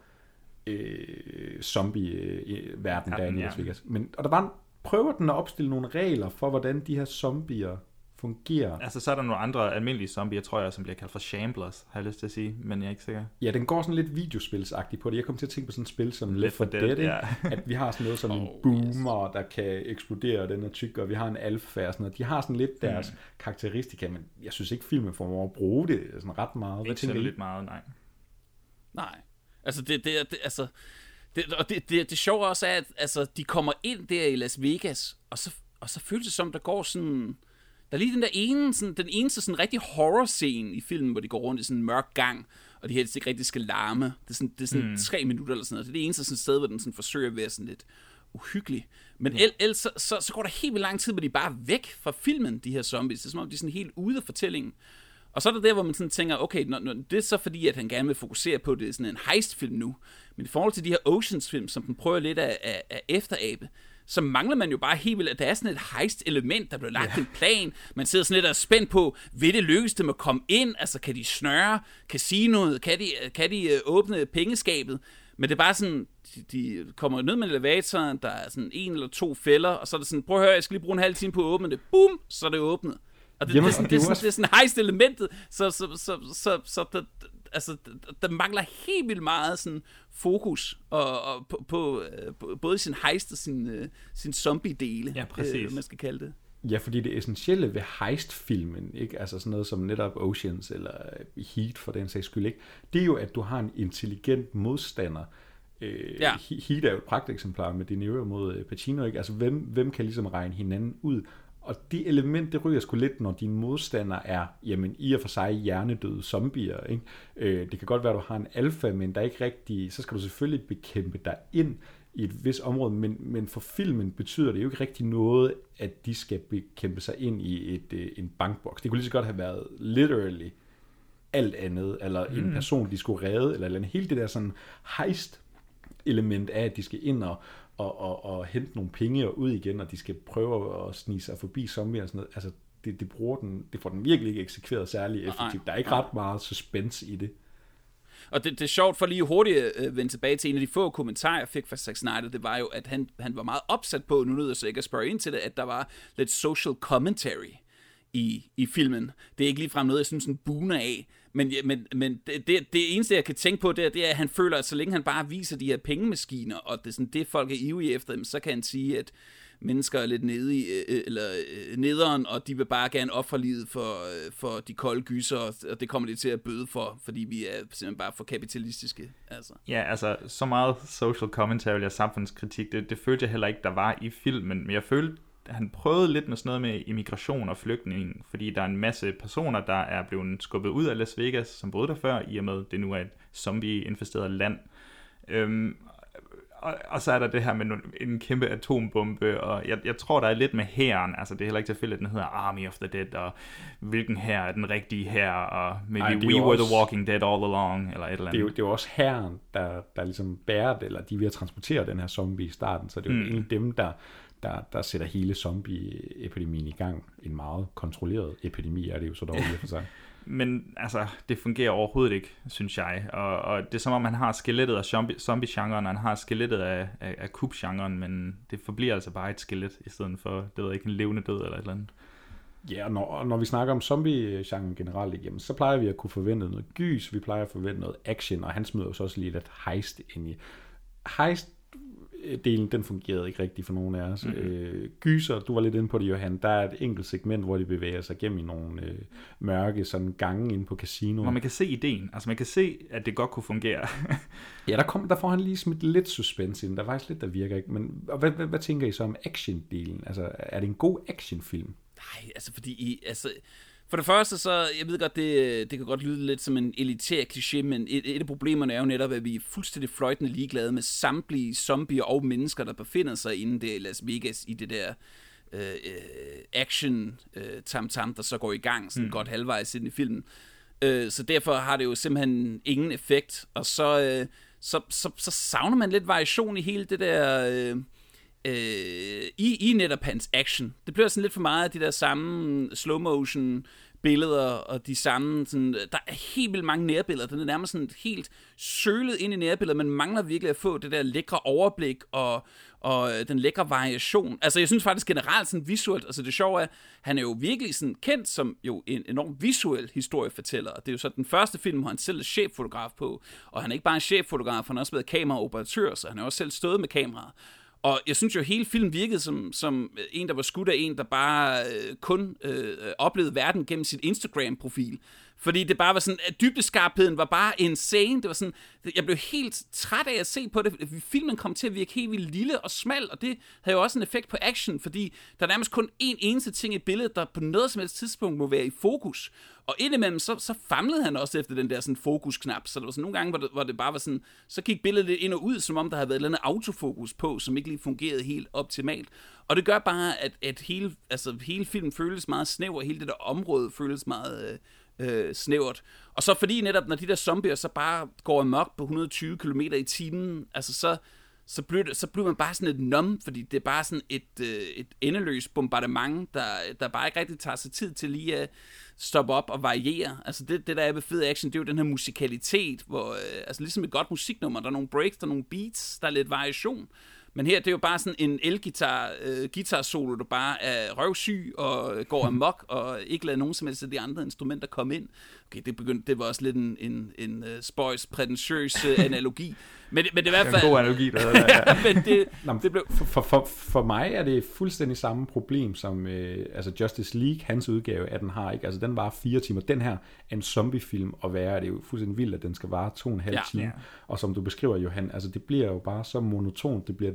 øh, zombie-verden øh, der i Las Vegas. Men, og der var, prøver den at opstille nogle regler for, hvordan de her zombier fungerer. Altså, så er der nogle andre almindelige zombier, tror jeg, som bliver kaldt for shamblers, har jeg lyst til at sige, men jeg er ikke sikker. Ja, den går sådan lidt videospilsagtigt på det. Jeg kom til at tænke på sådan et spil som Left four Dead, ja. At vi har sådan noget som oh, en boomer, yes. der kan eksplodere, den er tyk, og vi har en alfa og sådan noget. De har sådan lidt deres mm. karakteristika, men jeg synes ikke, filmen får at bruge det sådan ret meget. Ikke så lidt meget, nej. Nej, altså det, det, det altså... Det, og det, det, det sjove også er, at altså, de kommer ind der i Las Vegas, og så, og så føles det som, der går sådan... Der er lige den der ene, sådan, den eneste sådan rigtig horror-scene i filmen, hvor de går rundt i sådan en mørk gang, og de helst ikke rigtig skal larme. Det er sådan, det er sådan mm. tre minutter eller sådan noget. Det er det eneste sådan sted, hvor den sådan forsøger at være sådan lidt uhyggelig. Men ja. ellers så, så, så går der helt vildt lang tid, hvor de bare er væk fra filmen, de her zombies. Det er som om, de er sådan helt ude af fortællingen. Og så er der der, hvor man sådan tænker, okay, når, når, det er så fordi, at han gerne vil fokusere på, det er sådan en heist-film nu. Men i forhold til de her Oceans-film, som den prøver lidt af, af, af efterabe, så mangler man jo bare helt vildt, at der er sådan et heist-element, der bliver lagt ja. en plan. Man sidder sådan lidt og er spændt på, vil det lykkes dem at komme ind? Altså, kan de snøre casinoet? Kan de, kan de uh, åbne pengeskabet? Men det er bare sådan, de, de kommer ned med elevatoren, der er sådan en eller to fælder, og så er det sådan, prøv at høre, jeg skal lige bruge en halv time på at åbne det. Boom, så er det åbnet. Og det, Jamen, det, det, det, det, det, det er sådan heist-elementet, så, så, så, så, så der, altså, der mangler helt vildt meget sådan fokus og, og på, på, på både sin heist og sin, sin zombie-dele, ja, præcis. Øh, man skal kalde det. Ja, fordi det essentielle ved heist-filmen, ikke? Altså sådan noget som netop Oceans eller Heat for den sags skyld, ikke? Det er jo, at du har en intelligent modstander. Øh, ja. Heat er jo et pragteksemplar med De Niro mod Pacino, ikke? Altså hvem, hvem kan ligesom regne hinanden ud? Og det element, det ryger sgu lidt, når din modstander er, jamen i og for sig hjernedøde zombier, ikke? Øh, det kan godt være, at du har en alfa, men der er ikke rigtig, så skal du selvfølgelig bekæmpe dig ind i et vis område, men, men for filmen betyder det jo ikke rigtig noget, at de skal bekæmpe sig ind i et, øh, en bankboks. Det kunne lige så godt have været literally alt andet, eller mm. en person, de skulle redde, eller, eller hele det der sådan heist element af, at de skal ind og, og, og, og hente nogle penge og ud igen, og de skal prøve at snige sig forbi zombier og sådan noget. Altså, det, det, bruger den, det får den virkelig ikke eksekveret særlig effektivt. Der er ikke ret meget suspense i det. Og det, det er sjovt, for lige hurtigt at øh, vende tilbage til en af de få kommentarer, jeg fik fra Zack Snyder, det var jo, at han, han var meget opsat på, nu nødt jeg så ikke at spørge ind til det, at der var lidt social commentary i, i filmen. Det er ikke ligefrem noget, jeg synes en buner af, men, men, men det, det, det eneste, jeg kan tænke på, det er, det er, at han føler, at så længe han bare viser de her pengemaskiner, og det er sådan, det folk er ivrige efter dem, så kan han sige, at mennesker er lidt nede i, eller nederen, og de vil bare gerne ofre livet for, for de kolde gyser, og det kommer de til at bøde for, fordi vi er simpelthen bare for kapitalistiske. Altså. Ja, altså, så meget social commentary og samfundskritik, det, det følte jeg heller ikke, der var i filmen, men jeg følte, han prøvede lidt med sådan noget med immigration og flygtning, fordi der er en masse personer, der er blevet skubbet ud af Las Vegas, som boede der før, i og med, det nu er et zombie-infesteret land. Øhm, og, og så er der det her med en kæmpe atombombe, og jeg, jeg tror, der er lidt med hæren, altså det er heller ikke tilfældigt, at den hedder Army of the Dead, og hvilken hær er den rigtige hær, og maybe Ej, we were også, the walking dead all along, eller et eller andet. Det er jo, det er jo også hæren, der, der ligesom bærer det, eller de er ved at transportere den her zombie i starten, så det er jo mm. egentlig dem, der Der, der sætter hele zombie-epidemien i gang. En meget kontrolleret epidemi er det jo så dog for sig. Men altså, det fungerer overhovedet ikke, synes jeg. Og, og det er som om, man har skelettet af zombie-genren, og man har skelettet af, af, af kub-genren, men det forbliver altså bare et skelet, i stedet for, det ved jeg ikke, en levende død eller et eller andet. Ja, og når, når vi snakker om zombie-genren generelt, jamen, så plejer vi at kunne forvente noget gys, vi plejer at forvente noget action, og han smider jo så også lige lidt heist ind i. Heist delen, den fungerede ikke rigtigt for nogen af os. Mm-hmm. Øh, gyser, du var lidt inde på det, Johan, der er et enkelt segment, hvor de bevæger sig gennem i nogle øh, mørke sådan gange inde på casinoen. Hvor man kan se ideen, altså man kan se, at det godt kunne fungere. Ja, der, kom, der får han lige smidt lidt suspense ind, der er faktisk lidt, der virker ikke, men hvad, hvad, hvad tænker I så om action-delen? Altså, er det en god actionfilm? Nej, altså fordi I, altså for det første, så, jeg ved godt, det, det kan godt lyde lidt som en elitær kliché, men et, et af problemerne er jo netop, at vi er fuldstændig fløjtende ligeglade med samtlige zombier og mennesker, der befinder sig inde der i Las Vegas i det der øh, action øh, tam-tam, der så går i gang sådan mm. godt halvvejs ind i filmen. Øh, så derfor har det jo simpelthen ingen effekt, og så, øh, så, så, så savner man lidt variation i hele det der Øh, Øh, i, i netop hans action. Det bliver sådan lidt for meget af de der samme slow motion billeder og de samme sådan, der er helt vildt mange nærbilleder. Den er nærmest sådan helt sølet ind i nærbilleder, men mangler virkelig at få det der lækre overblik og, og den lækre variation. Altså jeg synes faktisk generelt sådan visuelt, altså det sjove er, han er jo virkelig sådan kendt som jo en enorm visuel historiefortæller. Det er jo så den første film, hvor han selv er cheffotograf på, og han er ikke bare en cheffotograf, han har også været kameraoperatør, så han har også selv stået med kameraet. Og jeg synes jo, at hele filmen virkede som, som en, der var skudt af en, der bare øh, kun øh, oplevede verden gennem sit Instagram-profil. Fordi det bare var sådan, at dybdeskarpheden var bare insane. Det var sådan, jeg blev helt træt af at se på det. Filmen kom til at virke helt vildt lille og smal, og det havde jo også en effekt på action, fordi der er nærmest kun én eneste ting i billedet, der på noget som helst tidspunkt må være i fokus. Og indimellem, så, så famlede han også efter den der sådan fokusknap. Så der var sådan nogle gange, hvor det, hvor det bare var sådan, så gik billedet lidt ind og ud, som om der havde været et eller andet autofokus på, som ikke lige fungerede helt optimalt. Og det gør bare, at, at hele, altså, hele filmen føles meget snæver, hele det der område føles meget øh, øh, snævert. Og så fordi netop, når de der zombier så bare går amok på et hundrede og tyve kilometer i timen, altså så, så, bliver det, så bliver man bare sådan et numb, fordi det er bare sådan et, øh, et endeløst bombardement, der, der bare ikke rigtig tager sig tid til lige at stoppe op og variere. Altså det, det der er ved fed action, det er jo den her musikalitet, hvor, øh, altså ligesom et godt musiknummer, der er nogle breaks, der er nogle beats, der er lidt variation. Men her, det er jo bare sådan en elgitar, øh, guitar-solo, der bare er røvsyg og går amok, og ikke lader nogen som helst af de andre instrumenter komme ind. Okay, det, begyndte, det var også lidt en, en, en uh, spøjs, prætentiøs uh, analogi. Men, men det er i hvert fald... En god analogi, der hedder, ja. ja. men det, Nå, det blev... for, for, for, for mig er det fuldstændig samme problem, som øh, altså Justice League, hans udgave af den har, ikke? Altså den varer fire timer. Den her er en zombiefilm, og hvad er det jo fuldstændig vildt, at den skal vare to og en halv ja, time. Ja. Og som du beskriver, Johan, altså det bliver jo bare så monotont, det bliver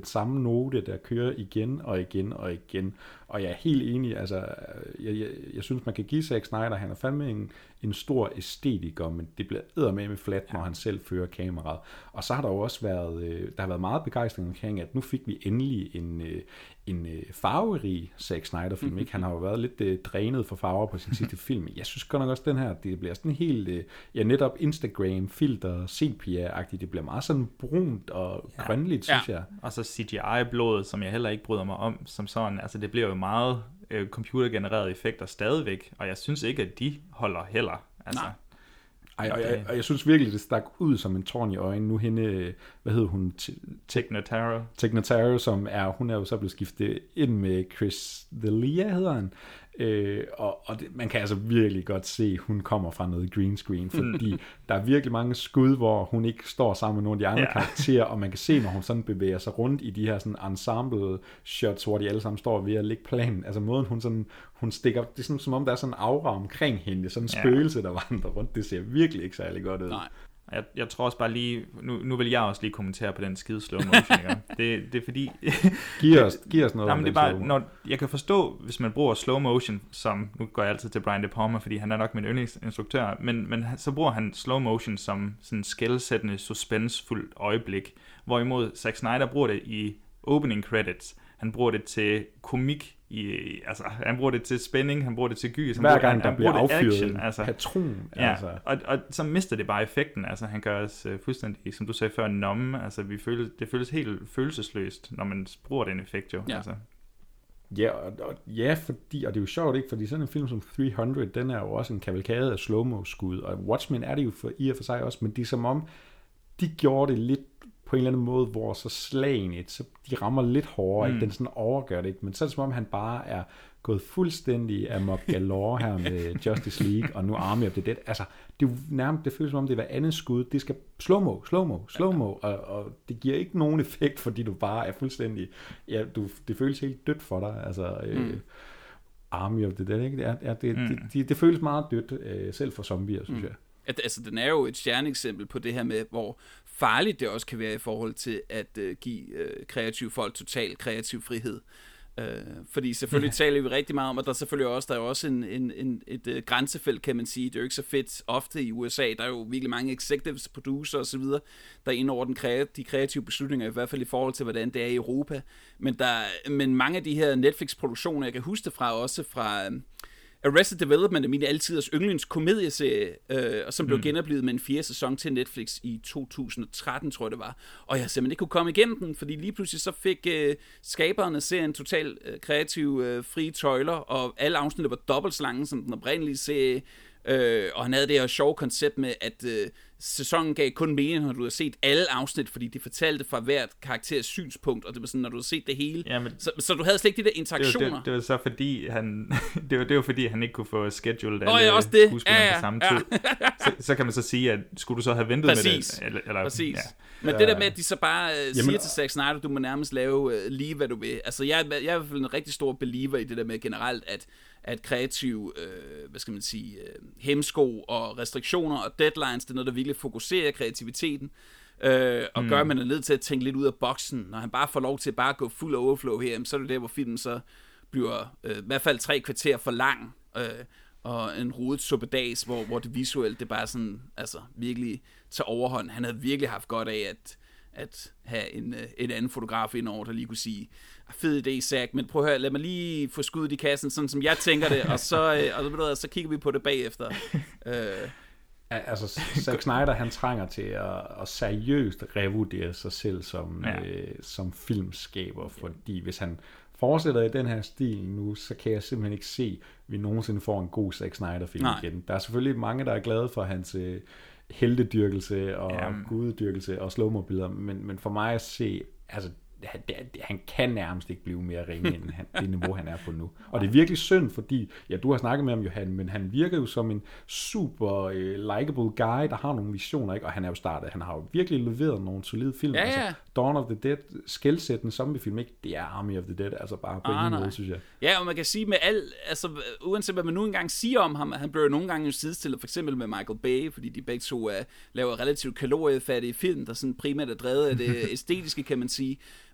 den samme note, der kører igen og igen og igen. Og jeg er helt enig, altså, jeg, jeg, jeg synes, man kan give Zack Snyder, han er fandme en, en stor æstetiker, men det bliver eddermame flat, når han selv fører kameraet. Og så har der jo også været, der har været meget begejstring omkring, at nu fik vi endelig en, en farverig Zack Snyder-film, mm-hmm. ikke? Han har jo været lidt uh, drænet for farver på sin sidste film. Jeg synes godt nok også, den her, det bliver sådan helt, uh, ja, netop Instagram-filter, sepia-agtigt, det bliver meget sådan brunt og ja. grønligt, synes ja. jeg. Og så C G I-blodet, som jeg heller ikke bryder mig om, som sådan, altså det bliver jo meget øh, computergenererede effekter stadigvæk, og jeg synes ikke, at de holder heller. Altså, Nej. Ej, og, jeg, og jeg synes virkelig, det stak ud som en tårn i øjnene. Nu hende, hvad hedder hun? Tig Notaro. Tig Notaro, som er, hun er jo så blevet skiftet ind med Chris D'Elia, hedder han. Øh, og og det, man kan altså virkelig godt se, at hun kommer fra noget green screen, fordi der er virkelig mange skud, hvor hun ikke står sammen med nogle af de andre ja. karakterer, og man kan se, når hun sådan bevæger sig rundt i de her sådan ensemble shots, hvor de alle sammen står ved at lægge planen. Altså måden hun sådan, hun stikker, det er sådan som om der er sådan en aura omkring hende, sådan en ja. spøgelse, der vandrer rundt. Det ser virkelig ikke særlig godt ud. Nej. Jeg, jeg tror også bare lige, nu, nu vil jeg også lige kommentere på den skide slow motion, ikke? Det, det er fordi... Giv os, giv os noget jamen, det er bare, når, jeg kan forstå, hvis man bruger slow motion, som, nu går jeg altid til Brian De Palma, fordi han er nok min yndlingsinstruktør, men, men så bruger han slow motion som sådan skældsættende, suspensfuldt øjeblik, hvorimod Zack Snyder bruger det i opening credits. Han bruger det til komik, i, altså han bruger det til spænding, han bruger det til gys. Hver gang han, der han bliver affyret action, en altså. patron. Ja, altså. og, og så mister det bare effekten. Altså han gør os uh, fuldstændig, som du sagde før, nomme. Altså vi føler, det føles helt følelsesløst, når man bruger den effekt jo. Ja. Altså. Ja, og, og, ja, fordi, og det er jo sjovt, ikke? Fordi sådan en film som tre hundrede, den er jo også en kavalkade af slow-mo-skud, og Watchmen er det jo for, i og for sig også, men det er som om, de gjorde det lidt på en eller anden måde, hvor så slagene, så de rammer lidt hårdere, mm. ikke? Den sådan overgør det ikke, men så er det som om, han bare er gået fuldstændig amok galore her med Justice League, og nu Army of the Dead. Altså, det er jo nærmest, det føles som om, det er hver andet skud, det skal slow-mo, slow-mo, slow-mo, og, og det giver ikke nogen effekt, fordi du bare er fuldstændig, ja, du, det føles helt dødt for dig, altså, mm. øh, Army of the Dead, ikke? Det, er, det, mm. det, det, det føles meget dødt, øh, selv for zombier, synes mm. jeg. At, altså, den er jo et stjerneeksempel på det her med, hvor farligt det også kan være i forhold til at uh, give uh, kreative folk total kreativ frihed. Uh, fordi selvfølgelig ja. taler vi rigtig meget om, at der selvfølgelig også, der er jo også en, en, en, et uh, grænsefelt, kan man sige. Det er jo ikke så fedt ofte i U S A. Der er jo virkelig mange executives, producer og så videre, der er inde over den kre- de kreative beslutninger, i hvert fald i forhold til, hvordan det er i Europa. Men, der, men mange af de her Netflix-produktioner, jeg kan huske det fra, også fra... Um, Arrested Development er min altiders yndlingskomedieserie, øh, og som blev mm. genoplevet med en fjerde sæson til Netflix i to tusind og tretten, tror jeg det var. Og jeg simpelthen ikke kunne komme igennem den, fordi lige pludselig så fik øh, skaberne serien total øh, kreativ øh, frie tøjler, og alle afsnit var dobbelt så lange som den oprindelige serie. Øh, og han havde det her sjove koncept med, at øh, sæsonen gav kun mening, når du havde set alle afsnit, fordi de fortalte fra hvert karakters synspunkt, og det var sådan, når du havde set det hele. Jamen, så, så du havde slet ikke de der interaktioner. Det var, det, det var så fordi, han, det, var, det var fordi, han ikke kunne få scheduled alle ja, skuespillerne ja, ja, på samme ja. tid. Så, så kan man så sige, at skulle du så have ventet Præcis. med det? Eller, eller, Præcis. Ja. Men ja. det der med, at de så bare uh, siger Jamen, til Zack Snyder, du må nærmest lave uh, lige, hvad du vil. Altså, jeg, jeg er i hvert fald en rigtig stor believer i det der med generelt, at at kreativ, øh, hvad skal man sige, øh, hemsko og restriktioner og deadlines, det er noget, der virkelig fokuserer kreativiteten, øh, og mm. gør, man er nødt til at tænke lidt ud af boksen. Når han bare får lov til at bare gå fuld overflow her, så er det der, hvor filmen så bliver øh, i hvert fald tre kvarter for lang, øh, og en rodet suppedags, hvor, hvor det visuelt, det bare sådan, altså virkelig tager overhånd. Han havde virkelig haft godt af, at at have en, en anden fotograf indover, der lige kunne sige, fed idé, Zack, men prøv at høre, lad mig lige få skuddet i kassen, sådan som jeg tænker det, og så, og så, så kigger vi på det bagefter. øh. Altså, Zack Snyder, han trænger til at, at seriøst revurdere sig selv som, ja. øh, som filmskaber, fordi hvis han fortsætter i den her stil nu, så kan jeg simpelthen ikke se, at vi nogensinde får en god Zack Snyder-film igen. Der er selvfølgelig mange, der er glade for hans øh, heltedyrkelse og ja. gudedyrkelse og slow-mo-billeder, men, men for mig at se, altså, han, det, han kan nærmest ikke blive mere ringe end han, det niveau, han er på nu. Og det er virkelig synd, fordi, ja, du har snakket med ham, Johan, men han virker jo som en super uh, likable guy, der har nogle visioner, ikke? Og han er jo startet, han har jo virkelig leveret nogle solide film. Ja, ja. Altså, Dawn of the Dead, skelsættende zombiefilm, ikke? Det er Army of the Dead, altså bare på ah, en måde, synes jeg. Ja, og man kan sige med alt, altså uanset hvad man nu engang siger om ham, han bliver nogle gange jo sidestillet, for eksempel med Michael Bay, fordi de begge to uh, laver relativt kaloriefattige film, der sådan primært er drevet af det æstetiske, kan man sige.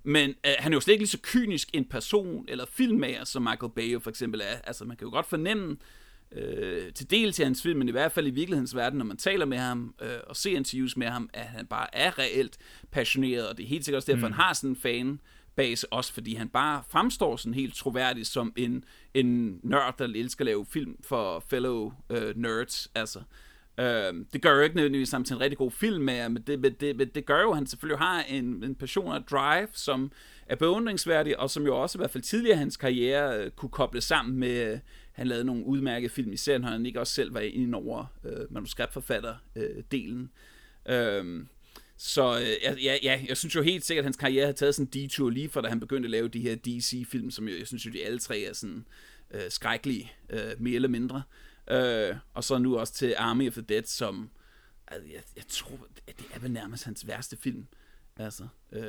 Men øh, han er jo slet ikke lige så kynisk en person eller filmmager, som Michael Bay jo for eksempel er. Altså, man kan jo godt fornemme øh, til del til hans film, men i hvert fald i virkelighedens verden, når man taler med ham øh, og ser interviews med ham, at han bare er reelt passioneret, og det er helt sikkert også derfor, mm. han har sådan en fanbase, også fordi han bare fremstår sådan helt troværdig som en, en nørd, der elsker at lave film for fellow øh, nerds, altså. Uh, det gør jo ikke nødvendigvis sammen til en rigtig god film, men det, det, det, det gør jo, at han selvfølgelig har en, en passion og drive, som er beundringsværdig, og som jo også i hvert fald tidligere i hans karriere uh, kunne koble sammen med, uh, han lavede nogle udmærkede film, især når han ikke også selv var inde over uh, manuskriptforfatter-delen. Uh, uh, så uh, ja, ja, jeg synes jo helt sikkert, at hans karriere havde taget sådan en detour lige fra, da han begyndte at lave de her D C-film, som jo, jeg synes jo, de alle tre er sådan uh, skrækkelige, uh, mere eller mindre. Uh, og så nu også til Army of the Dead, som altså, jeg, jeg tror, at det er vel nærmest hans værste film. Altså, uh,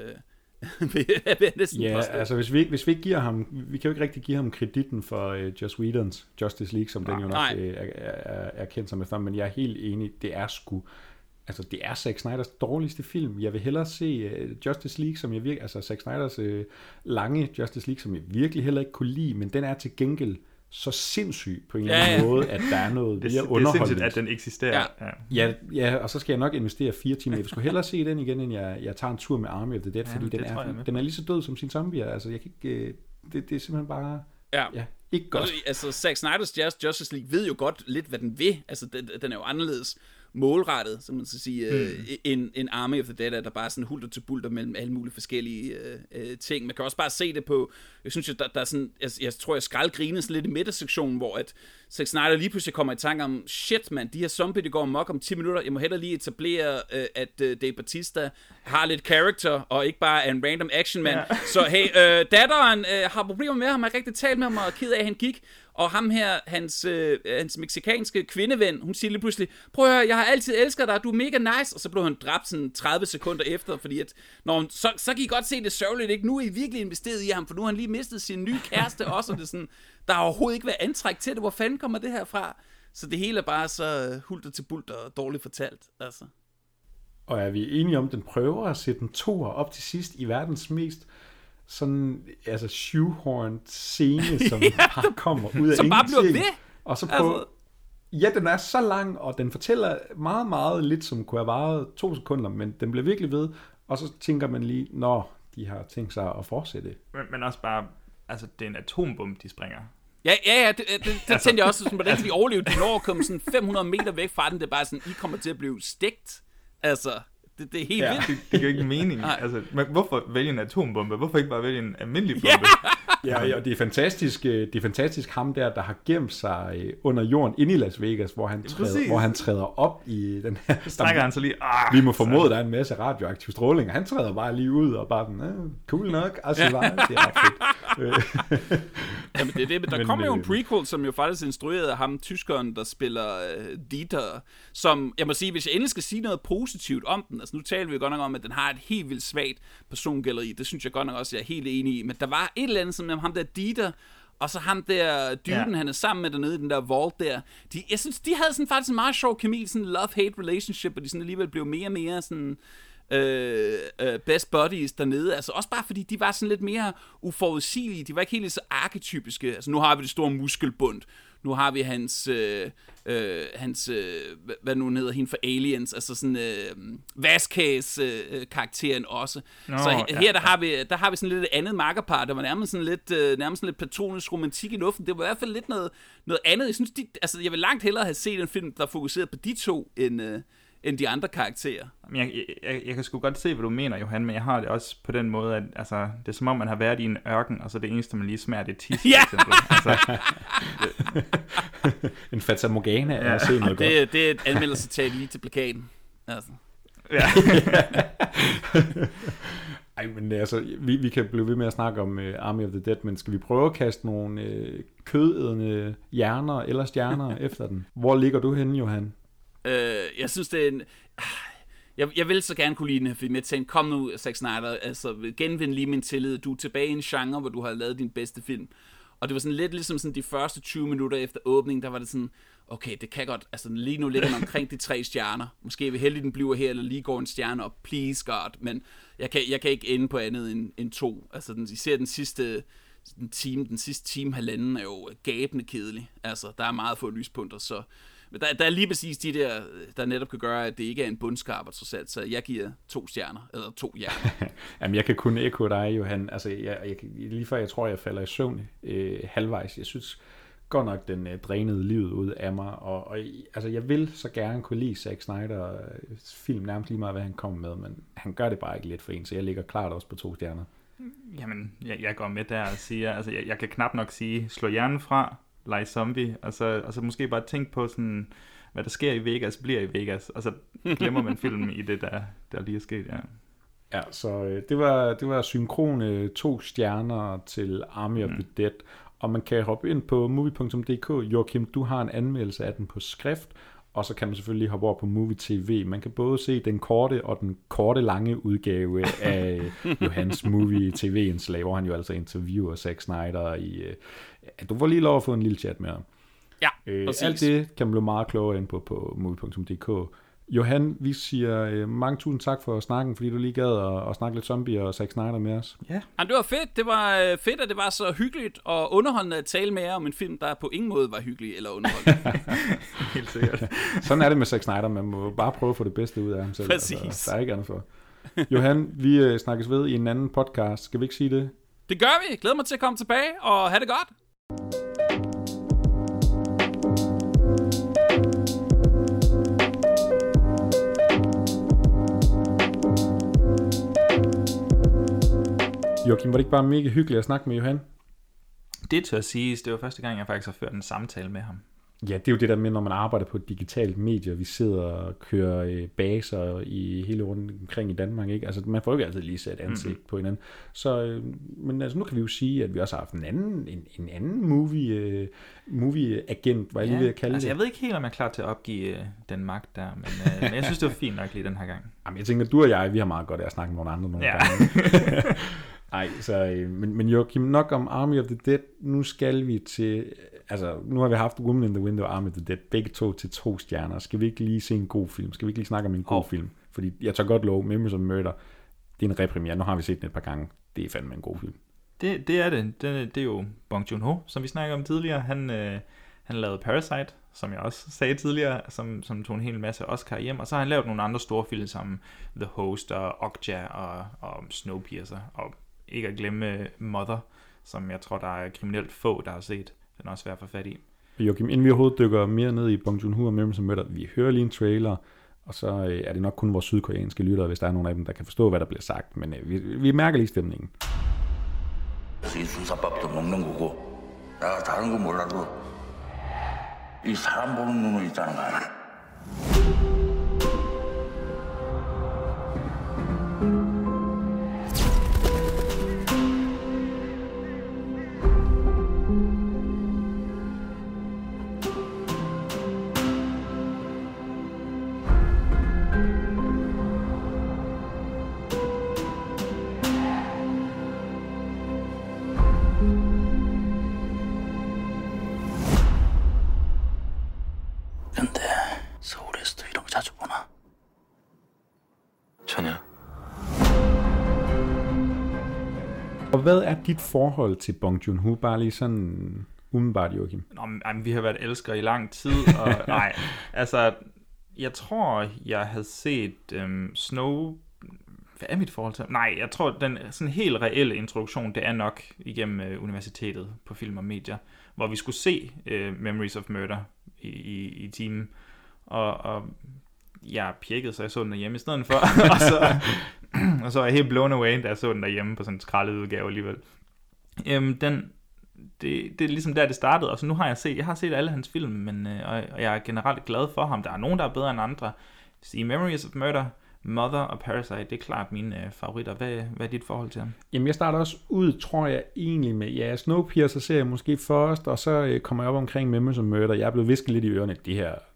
ja, altså hvis vi, ikke, hvis vi ikke giver ham, vi kan jo ikke rigtig give ham kreditten for uh, Joss Whedons Justice League, som nej, den jo nok uh, er, er, er kendt som efter, men jeg er helt enig, det er sgu, altså det er Zack Snyders dårligste film. Jeg vil hellere se uh, Justice League, som jeg virkelig, altså Zack Snyders uh, lange Justice League, som jeg virkelig heller ikke kunne lide, men den er til gengæld så sindssyg på en eller anden ja, ja. måde, at der er noget det, mere underholdning. Det er sindssygt, at den eksisterer. Ja. Ja, ja, og så skal jeg nok investere fire timer. Jeg skulle hellere se den igen, end jeg, jeg tager en tur med Army of the Dead, ja, fordi den er, den er lige så død som sin zombier. Altså, jeg kan ikke, det, det er simpelthen bare ja. Ja, ikke godt. Altså, Zack Snyders Justice League ved jo godt lidt, hvad den vil. Altså, den, den er jo anderledes målrettet, som man skal sige, mm. øh, en, en Army of the Dead, der bare sådan hulter til bulter mellem alle mulige forskellige øh, øh, ting. Man kan også bare se det på, jeg synes jo, der, der er sådan, jeg, jeg tror, jeg skraldgrines lidt i midtersektionen, hvor at Zack Snyder lige pludselig kommer i tanke om, shit man, de her zombie, de går amok om ti minutter, jeg må hellere lige etablere, øh, at øh, Dave Bautista har lidt character, og ikke bare er en random action man. Ja. Så hey, øh, datteren øh, har problemer med ham, har ikke rigtig talt med ham, og er ked af, at han gik. Og ham her, hans, øh, hans mexikanske kvindeven, hun siger lige pludselig, prøv at høre, jeg har altid elsket dig, du er mega nice. Og så blev han dræbt sådan tredive sekunder efter, fordi at, når hun, så, så kan I godt se det sørgeligt, ikke? Nu er I virkelig investeret i ham, for nu har han lige mistet sin nye kæreste også, og det er sådan, der har overhovedet ikke været antræk til det, hvor fanden kommer det her fra? Så det hele er bare så hulter til bulter og dårligt fortalt, altså. Og er vi enige om, den prøver at sætte en toer op til sidst i verdens mest sådan, altså shoehorned scene, som ja, bare kommer ud af som ingenting. bare bliver ved. Og så på, altså. Ja, den er så lang, og den fortæller meget, meget lidt, som kunne have varet to sekunder, men den bliver virkelig ved, og så tænker man lige, nå, de har tænkt sig at fortsætte. Men, men også bare, altså, det er en atombombe, de springer. Ja, ja, ja, det, det, det altså, tænkte jeg også, sådan, hvordan kan de overleve, de når at komme sådan fem hundrede meter væk fra den, det er bare sådan, I kommer til at blive stegt, altså. Det, det er helt ja, vildt. Det, det giver ikke mening. Altså, men hvorfor vælge en atombombe? Hvorfor ikke bare vælge en almindelig bombe? Ja, ja, og det er fantastisk, det er fantastisk ham der, der har gemt sig under jorden inde i Las Vegas, hvor han, træder, hvor han træder op i den her... Strækker han så lige... Vi må formode, der er en masse radioaktiv stråling, og han træder bare lige ud og bare sådan, eh, cool nok, altså det er fedt. Jamen det er det, men der men, kommer jo en prequel, som jo faktisk er instrueret af ham, tyskeren, der spiller uh, Dieter, som, jeg må sige, hvis jeg endelig skal sige noget positivt om den, altså nu taler vi jo godt nok om, at den har et helt vildt svagt persongalleri, det synes jeg godt nok også, jeg er helt enig i, men der var et eller andet, som ham der Dieter, og så ham der dyden, ja. Han er sammen med dernede i den der vault der, de, jeg synes, de havde sådan faktisk en meget sjov kemi, sådan en love-hate relationship, og de sådan alligevel blev mere og mere sådan... Øh, øh, best buddies dernede, altså også bare fordi de var sådan lidt mere uforudsigelige, de var ikke helt lige så arketypiske, altså nu har vi det store muskelbund, nu har vi hans øh, øh, hans, øh, hvad nu hedder hende for Aliens, altså sådan øh, Vasquez øh, karakteren også, Nå, så her ja, der har vi der har vi sådan lidt et andet makkerpar, der var nærmest sådan lidt øh, nærmest sådan lidt platonisk romantik i luften, det var i hvert fald lidt noget, noget andet, jeg synes, de, altså jeg vil langt hellere have set en film, der fokuserede på de to, end øh, end de andre karakterer. Jeg, jeg, jeg, jeg kan sgu godt se, hvad du mener, Johan, men jeg har det også på den måde, at altså, det er som om, man har været i en ørken, og så det eneste, man lige smager, det er tis, ja! for eksempel. Altså, en Fata Morgana er ja. At se noget det, godt. Det er et anmeldercitat lige til plakaten. Altså. Ja. Ej, men altså, vi, vi kan blive ved med at snakke om uh, Army of the Dead, men skal vi prøve at kaste nogle uh, kødædende hjerner eller stjerner efter den? Hvor ligger du henne, Johan? Øh, jeg synes, det er en... Jeg, jeg vil så gerne kunne lide den, fordi med til en, kom nu, Zack Snyder, altså genvind lige min tillid. Du er tilbage i en genre, hvor du har lavet din bedste film. Og det var sådan lidt ligesom sådan de første tyve minutter efter åbningen, der var det sådan, okay, det kan godt, altså lige nu ligger den omkring de tre stjerner. Måske er vi heldige, den bliver her, eller lige går en stjerne op, please God. Men jeg kan, jeg kan ikke ende på andet end, end to. Altså den, især den sidste den time, den sidste time halvanden er jo gabende kedelig. Altså der er meget få lyspunkter, så men der, der er lige præcis de der, der netop kan gøre, at det ikke er en bundskarper trods alt, så jeg giver to stjerner, eller to hjerner. Jamen, jeg kan kun ekko dig, Johan. Altså, jeg, jeg, lige før jeg tror, jeg falder i søvn øh, halvvejs. Jeg synes godt nok, den øh, drænede livet ud af mig, og, og altså, jeg vil så gerne kunne lide Zack Snyder film nærmest lige meget, hvad han kommer med, men han gør det bare ikke lidt for en, så jeg ligger klart også på to stjerner. Jamen, jeg, jeg går med der og siger, altså, jeg, jeg kan knap nok sige, slå hjernen fra, lege zombie, og så, og så måske bare tænke på sådan, hvad der sker i Vegas, bliver i Vegas, og så glemmer man filmen i det, der, der lige er sket, ja. Ja, så øh, det var, det var synkrone to stjerner til Army of mm. the Dead, og man kan hoppe ind på movie punktum d k. Joachim, du har en anmeldelse af den på skrift, og så kan man selvfølgelig hoppe over på Movie T V. Man kan både se den korte og den korte lange udgave af Johans Movie T V-indslag, hvor han jo altså interviewer Zack Snyder i... Øh, du får lige lov at få en lille chat med ham. Ja, øh, alt det kan man blive meget klogere ind på på movie punktum d k. Johan, vi siger øh, mange tusind tak for snakken, fordi du lige gad at, at snakke lidt zombie og Zack Snyder med os. Ja. Jamen, det var fedt. Det var øh, fedt, at det var så hyggeligt og underholdende at tale med jer om en film, der på ingen måde var hyggelig eller underholdende. Helt sikkert. Sådan er det med Zack Snyder. Man må bare prøve at få det bedste ud af ham selv. Præcis. Altså, der er ikke andet for. Johan, vi øh, snakkes ved i en anden podcast. Skal vi ikke sige det? Det gør vi. Glæder mig til at komme tilbage og have det godt. Joachim, var det ikke bare mega hyggeligt at snakke med Johan? Det tør at sige, det var første gang, jeg faktisk har ført en samtale med ham. Ja, det er jo det der med, når man arbejder på et digitalt medie, vi sidder og kører øh, baser i hele rundt omkring i Danmark, ikke? Altså, man får jo ikke altid lige set ansigt mm-hmm. på hinanden. Så, øh, men altså, nu kan vi jo sige, at vi også har haft en anden, en, en anden movie, øh, movie-agent, var jeg ja, lige ved at kalde altså, det. Jeg ved ikke helt, om jeg er klar til at opgive øh, den magt der, men, øh, men jeg synes, det var fint nok lige den her gang. Jamen, jeg tænker, du og jeg, vi har meget godt af at snakke med nogle andre nogle ja. gange. Nej, så, øh, men, men Joachim, nok om Army of the Dead. Nu skal vi til, altså nu har vi haft Woman in the Window og Army of the Dead, begge to til to stjerner. Skal vi ikke lige se en god film? Skal vi ikke lige snakke om en god oh. film? Fordi jeg tør godt love, Memories of Murder, det er en repremiere. Nu har vi set den et par gange. Det er fandme en god film. Det, det er det. det. Det er jo Bong Joon-ho, som vi snakkede om tidligere. Han, øh, han lavede Parasite, som jeg også sagde tidligere, som, som tog en hel masse Oscar hjem. Og så har han lavet nogle andre store film, som The Host og Okja og, og Snowpiercer. Og ikke at glemme Mother, som jeg tror, der er kriminelt få, der har set. Den er også svær at få fat i. Joachim, inden vi overhovedet dykker mere ned i Bong Joon-ho og Memories of Murder, vi hører lige en trailer, og så er det nok kun vores sydkoreanske lyttere, hvis der er nogen af dem, der kan forstå, hvad der bliver sagt. Men vi, vi mærker lige stemningen. 이 순사밥도 먹는 거고 내가 다른 건 몰라도 이 사람 보는 눈은 있다는 거 알아? Og hvad er dit forhold til Bong Joon-ho? Bare lige sådan umiddelbart, Joachim. Nå, men, vi har været elskere i lang tid, og nej, altså, jeg tror, jeg havde set øhm, Snow... Hvad er mit forhold til? Nej, jeg tror, den sådan helt reelle introduktion, det er nok igennem øh, universitetet på film og medier, hvor vi skulle se øh, Memories of Murder i, i, i timen, og, og jeg pjekkede, så jeg så den derhjemme i stedet for, og så... og så er jeg helt blown away, da jeg så den derhjemme på sådan en skrællet udgave alligevel. Øhm, den, det, det er ligesom der, det startede, og så nu har jeg set, jeg har set alle hans film, men, øh, og, og jeg er generelt glad for ham. Der er nogen, der er bedre end andre. I Memories of Murder, Mother og Parasite, det er klart mine øh, favoritter. Hvad, hvad er dit forhold til ham? Jamen, jeg starter også ud, tror jeg egentlig med, ja, Snowpiercer ser jeg måske først, og så øh, kommer jeg op omkring Memories of Murder. Jeg er blevet visket lidt i ørerne, det her,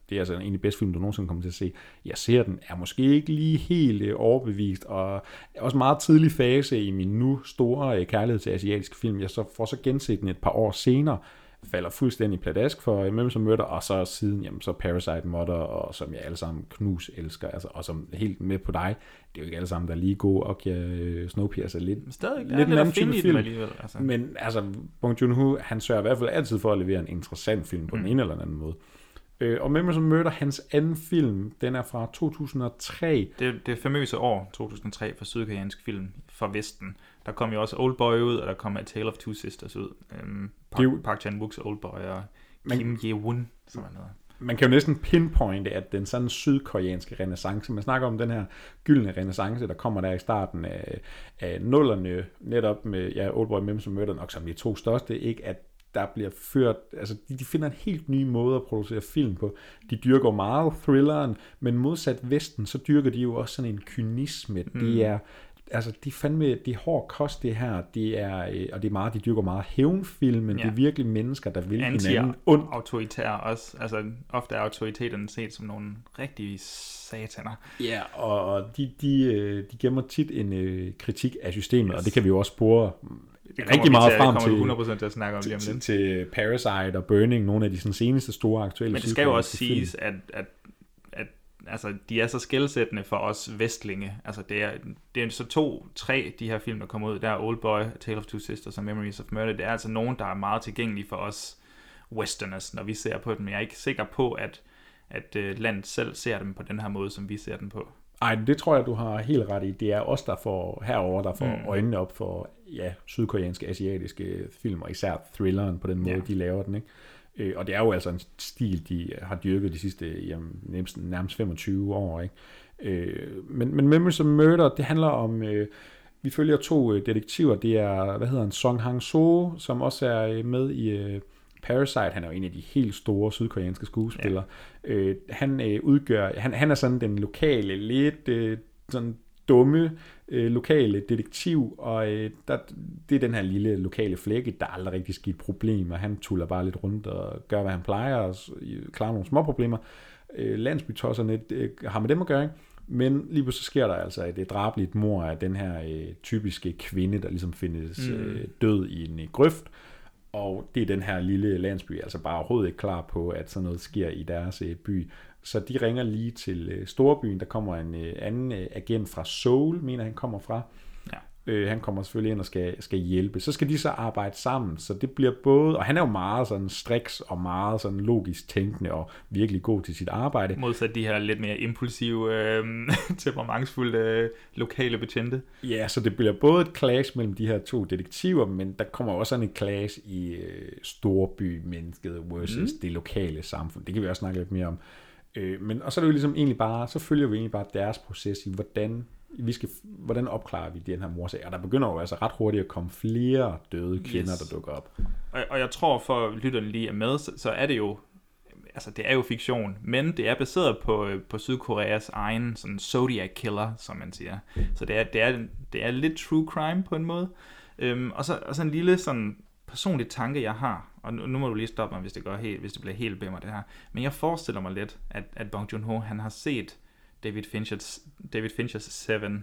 det er altså en af de bedste film, du nogensinde kommer til at se. Jeg ser den, er måske ikke lige helt øh, overbevist, og er også meget tidlig fase i min nu store øh, kærlighed til asiatiske film. Jeg så får så genset den et par år senere, falder fuldstændig pladask for Memories of Murder, og så siden, jamen, så Parasite, Mother, og som jeg alle sammen knus elsker, altså, og som helt med på dig, det er jo ikke alle sammen, der er lige gode, og ja, Snowpiercer lidt, stadig, lidt, lidt en anden type film, altså. Men altså, Bong Joon-ho, han sørger i hvert fald altid for at levere en interessant film på mm. den ene eller anden måde. Øh, og Memories of Murder, hans anden film, den er fra to tusind og tre. Det, det famøse år, to tusind og tre, for sydkoreansk film fra Vesten. Der kom jo også Oldboy ud, og der kom A Tale of Two Sisters ud. Øhm, Park, jo, Park Chan-wook's Oldboy og man, Kim Ye-won, som han hedder. Man kan jo næsten pinpointe, at den sådan sydkoreanske renaissance, man snakker om den her gyldne renaissance, der kommer der i starten af, af nullerne, netop med ja, Oldboy, Memories of Murder, nok som de to største, ikke at der bliver ført, altså de, de finder en helt ny måde at producere film på. De dyrker meget thrilleren, men modsat Vesten, så dyrker de jo også sådan en kynisme. Mm. Det er, altså de fandme, det er hård kost det her, det er, og det er meget, de dyrker meget hævnfilm, men ja. Det er virkelig mennesker, der vil hinanden ondt. Anti-autoritær også, altså ofte er autoriteterne set som nogle rigtige sataner. Ja, og de, de, de gemmer tit en uh, kritik af systemet, yes. Og det kan vi jo også spore rigtig meget til, frem til, hundrede procent til at snakke om lige om til, lidt. til Parasite og Burning, nogle af de sådan, seneste store aktuelle. Men det skal jo også siges, at, at, at altså, de er så skelsættende for os vestlinge. Altså, det er, det er så to, tre de her film, der kommer ud. Der er Oldboy, Tale of Two Sisters og Memories of Murder. Det er altså nogen, der er meget tilgængelige for os westerners, når vi ser på dem. Men jeg er ikke sikker på, at, at uh, landet selv ser dem på den her måde, som vi ser dem på. Ej, det tror jeg, du har helt ret i. Det er os, der får herover, der får mm. øjnene op for ja, sydkoreanske, asiatiske film, og især thrilleren på den måde, ja. De laver den. Ikke? Øh, og det er jo altså en stil, de har dyrket de sidste jamen, nærmest, nærmest femogtyve år. Ikke? Øh, men, men Memories of Murder, det handler om, øh, vi følger to øh, detektiver. Det er, hvad hedder han, Song Hang-so, som også er øh, med i... Øh, Parasite, han er jo en af de helt store sydkoreanske skuespillere. Ja. Øh, han øh, udgør, han, han er sådan den lokale, lidt øh, sådan dumme øh, lokale detektiv, og øh, der, det er den her lille lokale flække, der aldrig rigtig sker et problem, og han tuller bare lidt rundt og gør, hvad han plejer, og klarer nogle små problemer. Øh, landsbytosserne øh, har med dem at gøre, ikke? Men lige pludselig sker der altså et drabeligt mord af den her øh, typiske kvinde, der ligesom findes øh, død i en øh, grøft. Og det er den her lille landsby, altså bare overhovedet ikke klar på, at sådan noget sker i deres øh, by. Så de ringer lige til øh, storbyen, der kommer en øh, anden øh, agent fra Seoul, mener han kommer fra. Ja. Øh, han kommer selvfølgelig ind og skal, skal hjælpe. Så skal de så arbejde sammen, så det bliver både, og han er jo meget sådan striks og meget sådan logisk tænkende og virkelig god til sit arbejde. Modsat de her lidt mere impulsive, øh, temperamentsfulde øh, lokale betjente. Ja, så det bliver både et clash mellem de her to detektiver, men der kommer også sådan et clash i øh, storbymennesket versus mm. det lokale samfund. Det kan vi også snakke lidt mere om. Øh, men, og så er det jo ligesom egentlig bare, så følger vi egentlig bare deres proces i, hvordan vi skal, hvordan opklarer vi den her morsag? Og der begynder jo altså ret hurtigt at komme flere døde kvinder, yes. der dukker op. Og, og jeg tror, for lytterne lige er med, så, så er det jo, altså det er jo fiktion, men det er baseret på, på Sydkoreas egen sådan Zodiac Killer, som man siger. Så det er, det er, det er lidt true crime på en måde. Øhm, og, så, og så en lille sådan personlig tanke, jeg har, og nu, nu må du lige stoppe mig, hvis det, går helt, hvis det bliver helt bimmer det her, men jeg forestiller mig lidt, at, at Bong Joon-ho, han har set David Finchers, David Finchers Seven,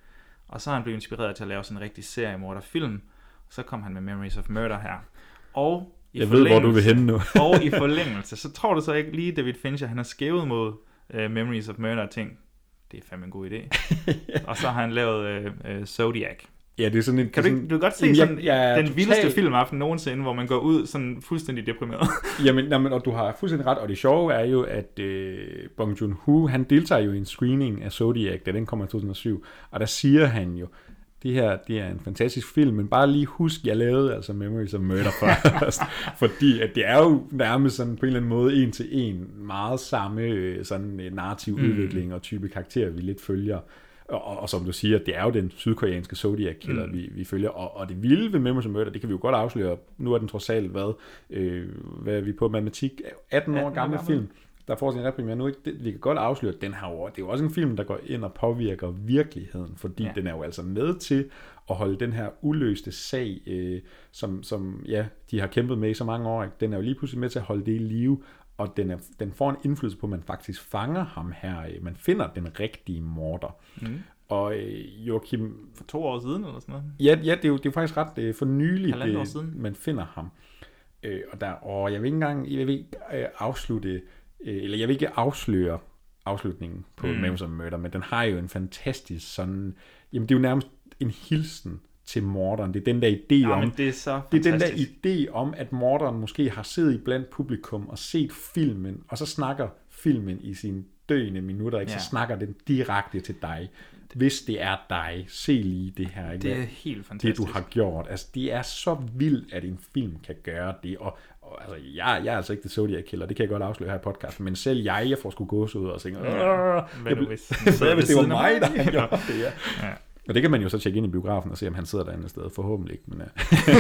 og så er han blevet inspireret til at lave sådan en rigtig seriemorderfilm, og så kom han med Memories of Murder her. Og i jeg ved, hvor du vil hen nu. Og i forlængelse, så tror du så ikke lige, David Fincher, han har skævet mod uh, Memories of Murder og tænkt, det er fandme en god idé. Og så har han lavet uh, uh, Zodiac. Ja, det er sådan en... Kan du, ikke, du kan godt se jamen, sådan jeg, jeg, den total... vildeste filmaften nogensinde, hvor man går ud sådan fuldstændig deprimeret. Jamen, jamen, og du har fuldstændig ret, og det sjove er jo, at øh, Bong Joon-ho, han deltager jo i en screening af Zodiac, da den kommer i to tusind og syv, og der siger han jo, det her, det er en fantastisk film, men bare lige husk, jeg lavede altså Memories of Murder først, fordi at det er jo nærmest sådan på en eller anden måde en til en meget samme sådan narrativ mm. udvikling og type karakter, vi lidt følger. Og, og, og som du siger, det er jo den sydkoreanske Zodiac Killer, mm. vi, vi følger. Og, og det vilde ved Memories of Murder, det kan vi jo godt afsløre. Nu er den trods alt, hvad, øh, hvad er vi på matematik? atten år gammel film, der får sin repremiere nu. Ikke? Det, vi kan godt afsløre, at den her år, det er jo også en film, der går ind og påvirker virkeligheden, fordi ja. den er jo altså med til at holde den her uløste sag, øh, som, som ja, de har kæmpet med i så mange år. Ikke? Den er jo lige pludselig med til at holde det i live. og den, er, den får en indflydelse på, at man faktisk fanger ham her. Man finder den rigtige morder. Mm. Og øh, Joachim... For to år siden, eller sådan noget? Ja, ja det, er jo, det er jo faktisk ret øh, for nyligt, halvandet år siden. Man finder ham. Øh, og der, og jeg vil ikke engang jeg vil ikke, øh, afslutte, øh, eller jeg vil ikke afsløre afslutningen på mm. Memories of Murder, men den har jo en fantastisk sådan... Jamen, det er jo nærmest en hilsen til morderen. Det er den der idé ja, om... det er så det er den der idé om, at morderen måske har siddet blandt publikum og set filmen, og så snakker filmen i sine døende minutter, ikke? Ja. Så snakker den direkte til dig. Hvis det er dig, se lige det her. Ikke? Det er helt fantastisk. Det, du har gjort. Altså, det er så vildt, at en film kan gøre det. Og, og altså, jeg, jeg er altså ikke det Zodiac Killer, det kan jeg godt afsløre her i podcasten, men selv jeg, jeg får sgu gås ud og tænke, hvad nu hvis, så hvis det var mig, der har gjort det, ja. Ja. Og det kan man jo så tjekke ind i biografen og se, om han sidder der andet sted. Forhåbentlig ikke, men ja.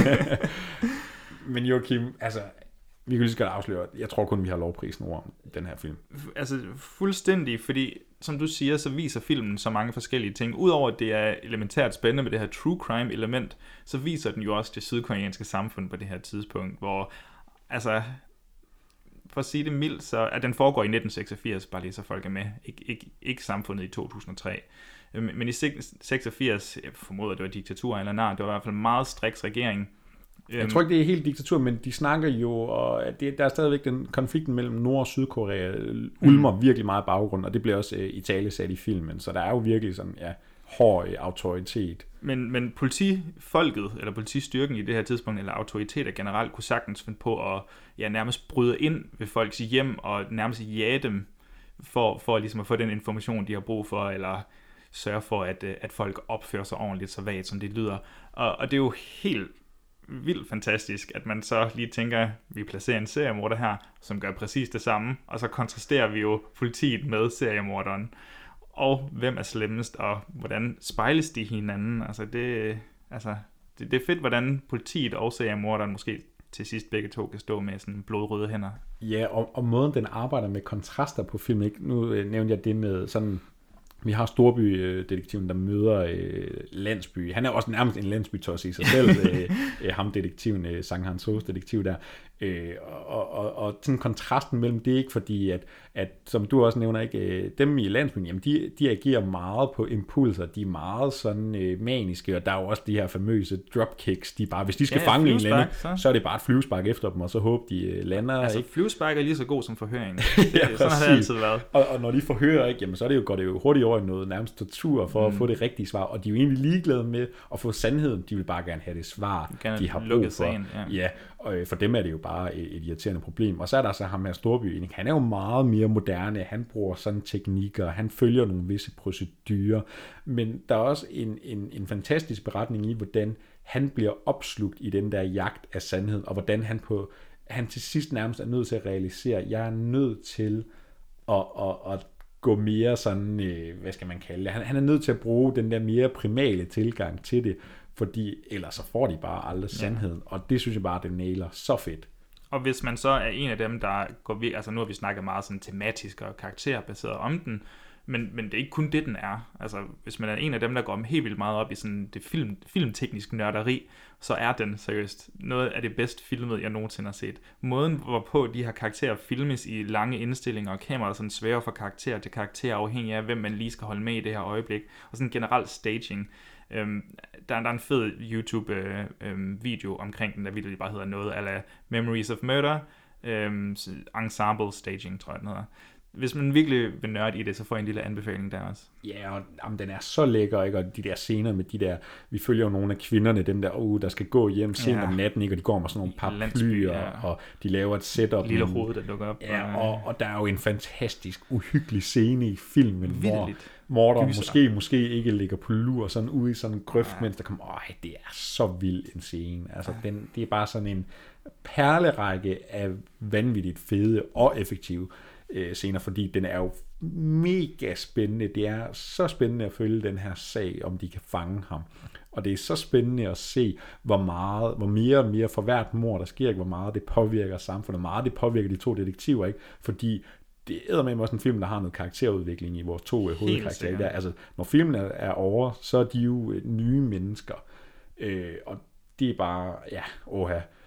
Men Joachim, altså, vi kan lige så godt afsløre, jeg tror kun, vi har lovprisen over den her film. Altså, fuldstændig, fordi som du siger, så viser filmen så mange forskellige ting. Udover at det er elementært spændende med det her true crime element, så viser den jo også det sydkoreanske samfund på det her tidspunkt, hvor, altså, for at sige det mildt, så at den foregår i nitten seksogfirs, bare lige så folk er med, ikke, ikke, ikke samfundet i to tusind og tre. Men i seksogfirs, jeg formoder, det var diktatur eller nar, det var i hvert fald en meget striks regering. Jeg tror ikke, det er helt diktatur, men de snakker jo, og det, der er stadigvæk den konflikten mellem Nord- og Sydkorea ulmer mm. virkelig meget baggrund, og det bliver også uh, i tale sat i filmen, så der er jo virkelig sådan, ja, hård uh, autoritet. Men, men politifolket, eller politistyrken i det her tidspunkt, eller autoriteter generelt, kunne sagtens finde på at ja, nærmest bryde ind ved folks hjem, og nærmest jage dem, for, for ligesom at få den information, de har brug for, eller sørge for, at, at folk opfører sig ordentligt, så vagt som det lyder. Og, og det er jo helt vildt fantastisk, at man så lige tænker, vi placerer en seriemorder her, som gør præcis det samme, og så kontrasterer vi jo politiet med seriemorderen. Og hvem er slemmest, og hvordan spejles de hinanden? Altså det, altså, det, det er fedt, hvordan politiet og seriemorderen måske til sidst begge to kan stå med sådan blodrøde hænder. Ja, og, og måden den arbejder med kontraster på film, ikke? Nu øh, nævnte jeg det med sådan... Vi har Storby-detektiven, der møder øh, landsby. Han er også nærmest en landsby-tosse i sig selv, øh, øh, ham detektiven, øh, Sang-Han So's detektiv der. Øh, og, og, og sådan kontrasten mellem det, ikke fordi, at, at som du også nævner, ikke, øh, dem i landsbyen, jamen de, de agerer meget på impulser, de er meget sådan øh, maniske, og der er jo også de her famøse dropkicks, de bare, hvis de skal ja, fange en eller så. så er det bare et flyvespark efter dem, og så håber de øh, lander. Altså ikke? Flyvespark er lige så god som forhøring. Ja, sådan har det altid været. Og, og når de forhører, ikke, jamen, så er det jo, går det jo hurtigt over i noget nærmest tortur for mm. at få det rigtige svar, og de er jo egentlig ligeglade med at få sandheden, de vil bare gerne have det svar, de, de har brug for. Sagen, ja. Ja, og for dem er det jo bare et, et irriterende problem. Og så er der så ham her Storby, han er jo meget mere moderne, han bruger sådan teknikker, han følger nogle visse procedurer, men der er også en, en, en fantastisk beretning i, hvordan han bliver opslugt i den der jagt af sandheden, og hvordan han på han til sidst nærmest er nødt til at realisere, at jeg er nødt til at, at, at gå mere sådan, øh, hvad skal man kalde det, han, han er nødt til at bruge den der mere primale tilgang til det, fordi ellers så får de bare aldrig sandheden, ja. Og det synes jeg bare, det nailer så fedt. Og hvis man så er en af dem, der går ved, altså nu har vi snakket meget sådan tematisk og karakterbaseret om den, men, men det er ikke kun det, den er. Altså hvis man er en af dem, der går helt vildt meget op i sådan det film, filmteknisk nørderi, så er den seriøst noget af det bedst filmet, jeg nogensinde har set. Måden, hvorpå de her karakterer filmes i lange indstillinger, og kameraet sådan svæver fra karakter til karakter, afhængig af, hvem man lige skal holde med i det her øjeblik, og sådan generelt staging. Øhm, der, der er en fed YouTube-video øh, øh, omkring den, der virkelig bare hedder noget a la Memories of Murder, øh, Ensemble Staging, tror jeg den hedder. Hvis man virkelig vil nørde i det, så får jeg en lille anbefaling der også. Ja, og jamen, den er så lækker, ikke? Og de der scener med de der, vi følger jo nogle af kvinderne, dem der, uh, der skal gå hjem sent ja. om natten, ikke? Og de går med sådan nogle paraplyer, ja. Og de laver et setup. Lille hoved, der lukker op. Ja, og, og der er jo en fantastisk, uhyggelig scene i filmen, hvor morderen måske, måske ikke ligger på lur, sådan ude i sådan en grøft, ja. Mens der kommer, åh, det er så vild en scene. Altså, ja. den, det er bare sådan en perlerække af vanvittigt fede og effektive scener, fordi den er jo mega spændende. Det er så spændende at følge den her sag, om de kan fange ham. Og det er så spændende at se, hvor meget, hvor mere og mere for hvert mord, der sker, hvor meget det påvirker samfundet, hvor meget det påvirker de to detektiver, ikke? Fordi det er med også en film, der har noget karakterudvikling i vores to hovedkarakterer. Der. Altså, når filmen er over, så er de jo nye mennesker. Øh, og det er bare, ja, åha.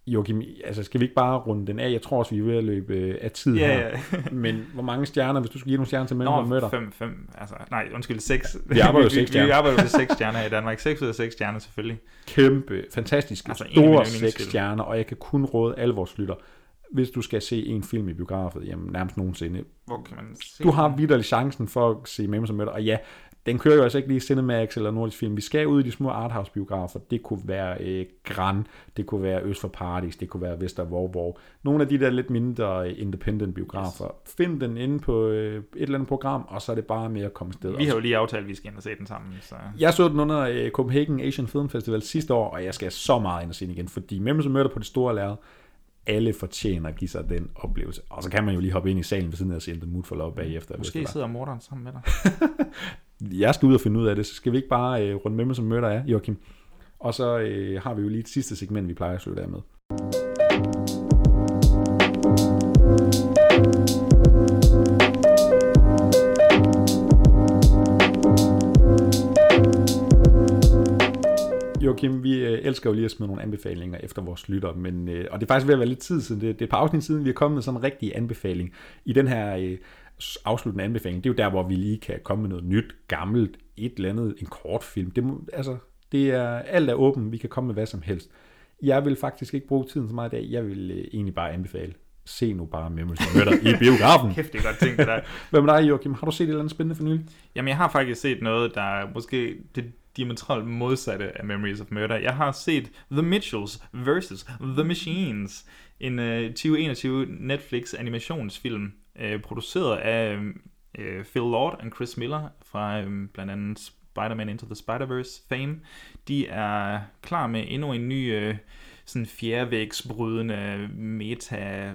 Joachim, altså skal vi ikke bare runde den af? Jeg tror også, vi er ved at løbe af tid ja, her. Ja. Men hvor mange stjerner, hvis du skulle give nogle stjerner til mellem og møder? fem, fem, altså, nej, undskyld, seks. Vi arbejder jo seks stjerner. Vi arbejder jo seks stjerner i Danmark. seks ud af seks stjerner selvfølgelig. Kæmpe, fantastiske, altså, store seks stjerner, og jeg kan kun råde alle vores lytter. Hvis du skal se en film i biografet, jamen nærmest nogensinde. Hvor kan man se du har vitterlig chancen for at se Memories of Murder, og ja, den kører jo altså ikke lige Cinemax eller Nordisk Film. Vi skal ud i de små arthouse-biografer. Det kunne være øh, Gran, det kunne være Øst for Paradis, det kunne være Vester Vorborg. Nogle af de der lidt mindre independent biografer. Yes. Find den inde på øh, et eller andet program, og så er det bare med at komme sted. Vi har jo lige aftalt, at vi skal ind og se den sammen. Så. Jeg så den under øh, Copenhagen Asian Film Festival sidste år, og jeg skal så meget ind og se den igen, fordi Memories of Murder på det store lærred, alle fortjener at give sig den oplevelse. Og så kan man jo lige hoppe ind i salen ved siden af og se The Mood for Love bagefter. Måske sidder morderen sammen med dig. Jeg skal ud og finde ud af det, så skal vi ikke bare øh, runde med mig som møder af, Joachim. Og så øh, har vi jo lige et sidste segment, vi plejer at slutte af med. Joachim, vi øh, elsker jo lige at smide nogle anbefalinger efter vores lytter, men, øh, og det er faktisk ved at være lidt tid siden, det, det er et par afsnit siden, vi er kommet med sådan en rigtig anbefaling i den her øh, afsluttende anbefaling. Det er jo der, hvor vi lige kan komme med noget nyt, gammelt, et eller andet, en kortfilm. Det, må, altså, det er, alt er åbent, vi kan komme med hvad som helst. Jeg vil faktisk ikke bruge tiden så meget i dag, jeg vil øh, egentlig bare anbefale. Se nu bare Memories of Murder i biografen. Kæft, det er godt tænkt det der. Hvad med dig, Joachim? Har du set et eller andet spændende for nylig? Jamen, jeg har faktisk set noget, der er måske det diametralt modsatte af Memories of Murder. Jeg har set The Mitchells versus. The Machines, en uh, tyve enogtyve Netflix animationsfilm, uh, produceret af uh, Phil Lord og Chris Miller fra um, blandt andet Spider-Man Into the Spider-Verse fame. De er klar med endnu en ny uh, sådan fjerdevægsbrydende meta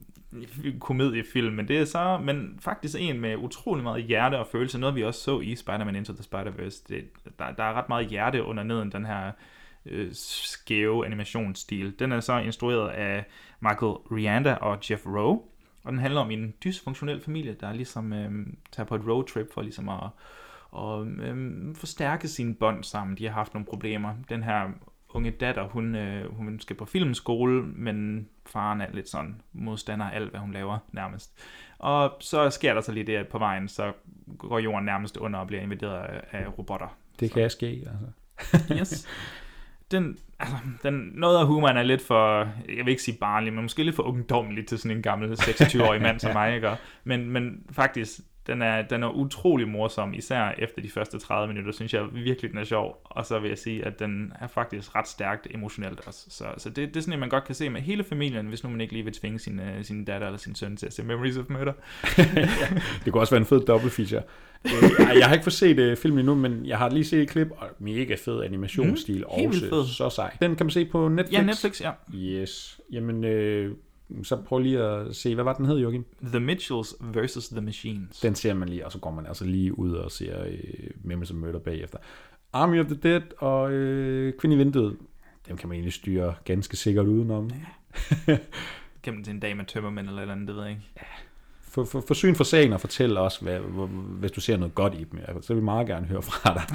komediefilm, men det er så, men faktisk en med utrolig meget hjerte og følelse, noget vi også så i Spider-Man Into the Spider-Verse. Det, der, der er ret meget hjerte under neden, den her øh, skæve animationsstil. Den er så instrueret af Michael Rianda og Jeff Rowe, og den handler om en dysfunktionel familie, der ligesom øh, tager på et roadtrip for ligesom at og, øh, forstærke sine bånd sammen. De har haft nogle problemer. Den her unge datter, hun, øh, hun skal på filmskole, men faren er lidt sådan modstander af alt, hvad hun laver nærmest. Og så sker der så lige det, at på vejen, så går jorden nærmest under og bliver invaderet af, af robotter. Det kan så. ske, altså. Yes. Den, altså, den, noget af humoren er lidt for, jeg vil ikke sige barnlig, men måske lidt for ungdommelig til sådan en gammel seksogtyve-årig mand som mig, ikke? Men, men faktisk, den er, den er utrolig morsom, især efter de første tredive minutter, synes jeg virkelig, den er sjov. Og så vil jeg sige, at den er faktisk ret stærkt emotionelt også. Så, så det, det er sådan en, man godt kan se med hele familien, hvis nu man ikke lige vil tvinge sin, uh, sin datter eller sin søn til at se Memories of Murder. Ja, det kunne også være en fed double feature. Jeg har ikke fået set uh, filmen endnu, men jeg har lige set et klip, og mega fed animationsstil, mm, også så sej. Den kan man se på Netflix? Ja, Netflix, ja. Yes. Jamen, øh, så prøv lige at se, hvad var den hed, Joachim? The Mitchells versus. The Machines. Den ser man lige, og så går man altså lige ud og ser øh, Memories of Murder bagefter. Army of the Dead og øh, Kvinde i vinduet, dem kan man egentlig styre ganske sikkert udenom. Ja. Kan man til en dag med tømmermænd eller eller andet, det ved jeg ikke. Ja. For, for, forsyn for sagen og fortæl os, hvad, hvad, hvis du ser noget godt i dem. Så vil vi meget gerne høre fra dig.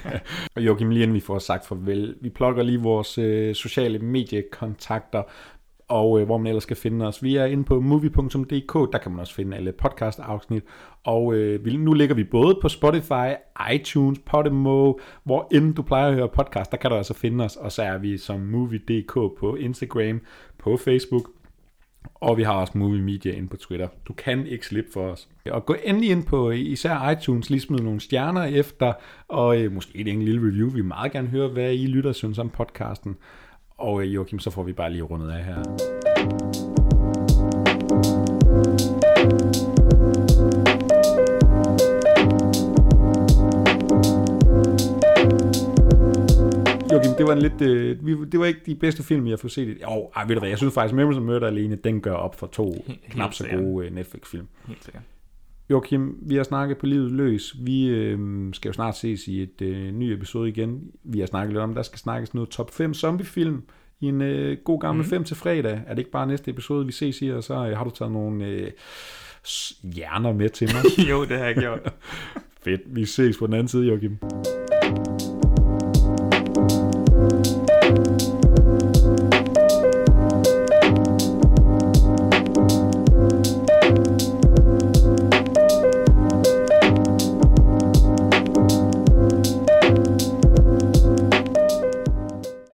Og Joachim, lige inden vi får sagt farvel, vi plukker lige vores øh, sociale mediekontakter, og øh, hvor man ellers skal finde os. Vi er inde på movie punktum d k, der kan man også finde alle podcast-afsnit, og øh, vi, nu ligger vi både på Spotify, iTunes, Podimo, hvor end du plejer at høre podcast, der kan du altså finde os, og så er vi som movie punktum d k på Instagram, på Facebook, og vi har også Movie Media inde på Twitter. Du kan ikke slippe for os. Og gå endelig ind på især iTunes, lige smid nogle stjerner efter, og øh, måske et enkelt lille review. Vi vil meget gerne høre, hvad I lytter synes om podcasten. Og øh, Joachim, så får vi bare lige rundet af her. Joachim, det var en lidt, øh, det var ikke de bedste film, jeg har fået set. Jo, ej, ved du hvad, jeg synes faktisk, Memories of Murder alene, den gør op for to helt knap så gode øh, Netflix-film. Helt sikkert. Joachim, vi har snakket på livet løs. Vi øh, skal jo snart ses i et øh, ny episode igen. Vi har snakket lidt om, der skal snakkes noget top fem zombiefilm i en øh, god gammel fem mm. til fredag. Er det ikke bare næste episode, vi ses i, og så øh, har du taget nogle øh, hjerner med til mig? Jo, det har jeg gjort. Fedt, vi ses på den anden side, Joachim.